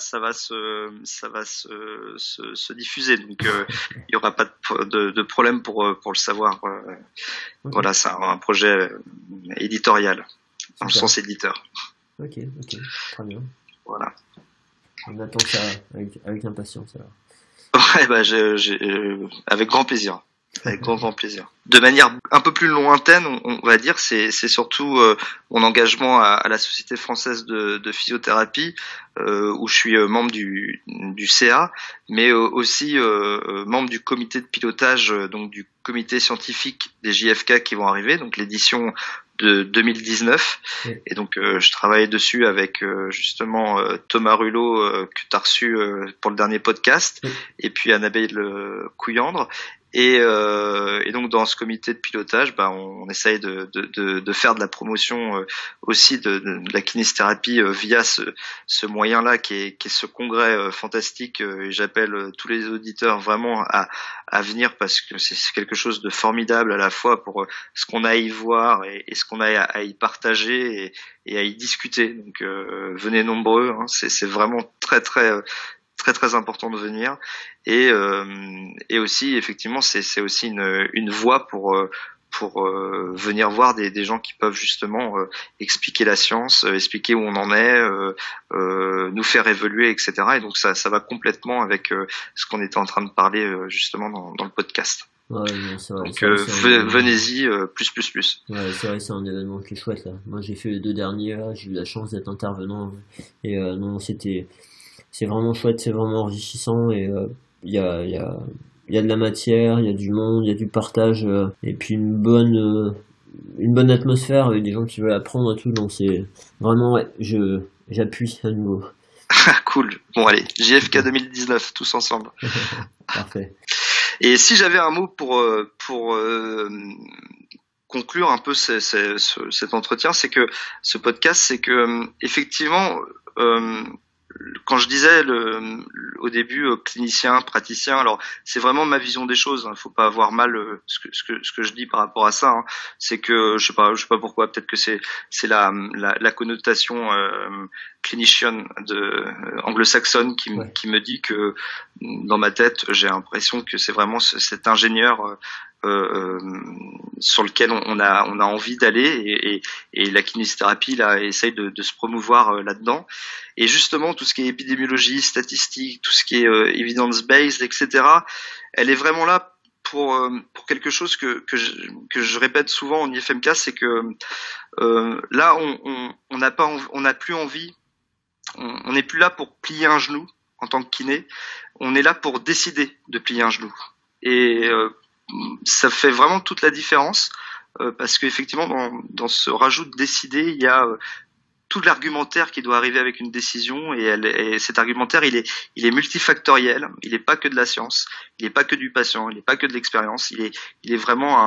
se diffuser, donc il y aura pas de problème pour le savoir. Okay. Voilà, c'est un projet éditorial, dans le sens éditeur. Ok, très bien. Voilà. On attend ça avec impatience alors. Ouais, avec grand plaisir. Avec grand plaisir. De manière un peu plus lointaine, on va dire, c'est surtout mon engagement à la Société française de physiothérapie, où je suis membre du CA, mais aussi membre du comité de pilotage, donc du comité scientifique des JFK qui vont arriver, donc l'édition de 2019. Oui. Et donc je travaille dessus avec justement Thomas Rulot, que tu as reçu pour le dernier podcast, oui. Et puis Annabelle Couillandre. Et donc dans ce comité de pilotage, on essaye de faire de la promotion aussi de la kinésithérapie via ce moyen-là qui est ce congrès fantastique. Et j'appelle tous les auditeurs vraiment à venir, parce que c'est quelque chose de formidable, à la fois pour ce qu'on a à y voir et ce qu'on a à y partager et à y discuter. Donc venez nombreux, hein, c'est vraiment très important de venir, et aussi effectivement c'est aussi une voie pour venir voir des gens qui peuvent justement expliquer la science, expliquer où on en est, nous faire évoluer, etc. Et donc ça va complètement avec ce qu'on était en train de parler justement dans le podcast. Ouais, non, c'est vrai. Donc Venez-y, plus. Ouais, c'est vrai, c'est un événement qui est chouette là. Moi j'ai fait les 2 derniers là, j'ai eu la chance d'être intervenant et non, c'est vraiment chouette, c'est vraiment enrichissant et il y a de la matière, il y a du monde, il y a du partage et puis une bonne atmosphère avec des gens qui veulent apprendre et tout. Donc c'est vraiment, ouais, j'appuie à nouveau. Cool. Bon allez, JFK 2019, tous ensemble. Parfait. Et si j'avais un mot pour conclure un peu cet entretien, c'est que ce podcast, c'est que effectivement, quand je disais au début clinicien, praticien, alors c'est vraiment ma vision des choses. Hein, faut pas avoir mal ce que je dis par rapport à ça. Hein. C'est que je sais pas pourquoi. Peut-être que c'est la connotation clinician anglo-saxonne qui me dit que dans ma tête j'ai l'impression que c'est vraiment cet ingénieur sur lequel on a envie d'aller et la kinésithérapie là essaye de se promouvoir là-dedans. Et justement, tout ce qui est épidémiologie, statistique, tout ce qui est evidence-based, etc., elle est vraiment là pour quelque chose que je répète souvent en IFMK, c'est que là, on n'a plus envie, on n'est plus là pour plier un genou en tant que kiné, on est là pour décider de plier un genou. Et ça fait vraiment toute la différence parce qu'effectivement, dans ce rajout de décider, il y a tout l'argumentaire qui doit arriver avec une décision et cet argumentaire il est multifactoriel, il n'est pas que de la science, il n'est pas que du patient, il n'est pas que de l'expérience, il est vraiment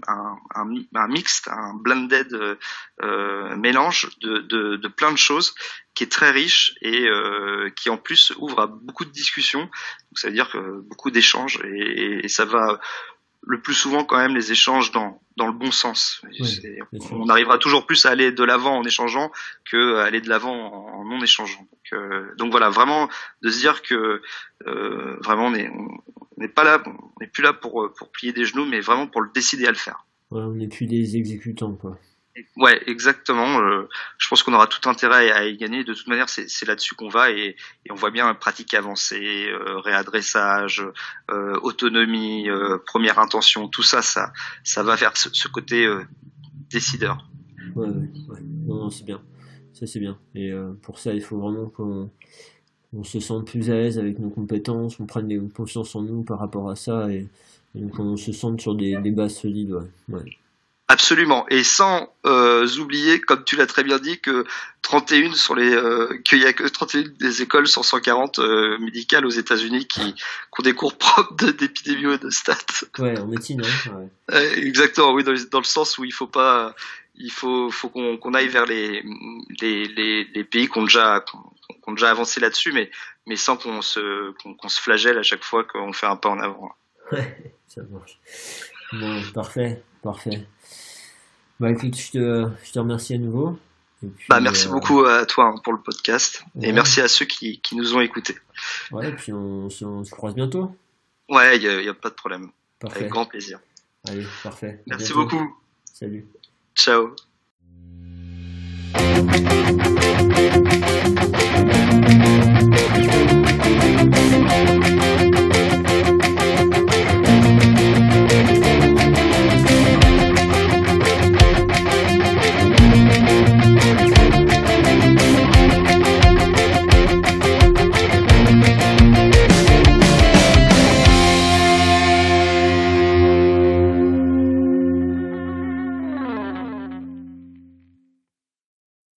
un mixte, un blended mélange de plein de choses qui est très riche et qui en plus ouvre à beaucoup de discussions. Donc ça veut dire que beaucoup d'échanges et ça va le plus souvent quand même les échanges dans le bon sens. Oui, on arrivera toujours plus à aller de l'avant en échangeant que à aller de l'avant en non échangeant. Donc voilà, vraiment de se dire que vraiment on n'est pas là, on n'est plus là pour plier des genoux, mais vraiment pour le décider à le faire. Ouais, on n'est plus des exécutants quoi. Ouais, exactement. Je pense qu'on aura tout intérêt à y gagner. De toute manière, c'est là-dessus qu'on va et on voit bien pratique avancée, réadressage, autonomie, première intention, tout ça va vers ce côté décideur. Ouais. Non, c'est bien. Ça, c'est bien. Et pour ça, il faut vraiment qu'on se sente plus à l'aise avec nos compétences, qu'on prenne confiance en nous par rapport à ça et qu'on se sente sur des bases solides. Ouais. Absolument, et sans oublier, comme tu l'as très bien dit, que 31 qu'il y a que 31 des écoles sur 140 médicales aux États-Unis qui ont des cours propres d'épidémio et de stats. Ouais, en médecine, hein. Ouais. Exactement, oui, dans le sens où il faut qu'on aille vers les pays qui ont déjà avancé là-dessus, mais sans qu'on se flagelle à chaque fois qu'on fait un pas en avant. Ouais, ça marche. Bon, parfait. Bah écoute, je te remercie à nouveau. Et puis, merci beaucoup à toi pour le podcast et merci à ceux qui nous ont écoutés. Ouais, et puis on se croise bientôt. Ouais, y a pas de problème. Parfait. Avec grand plaisir. Allez, parfait. Merci beaucoup. Salut. Ciao.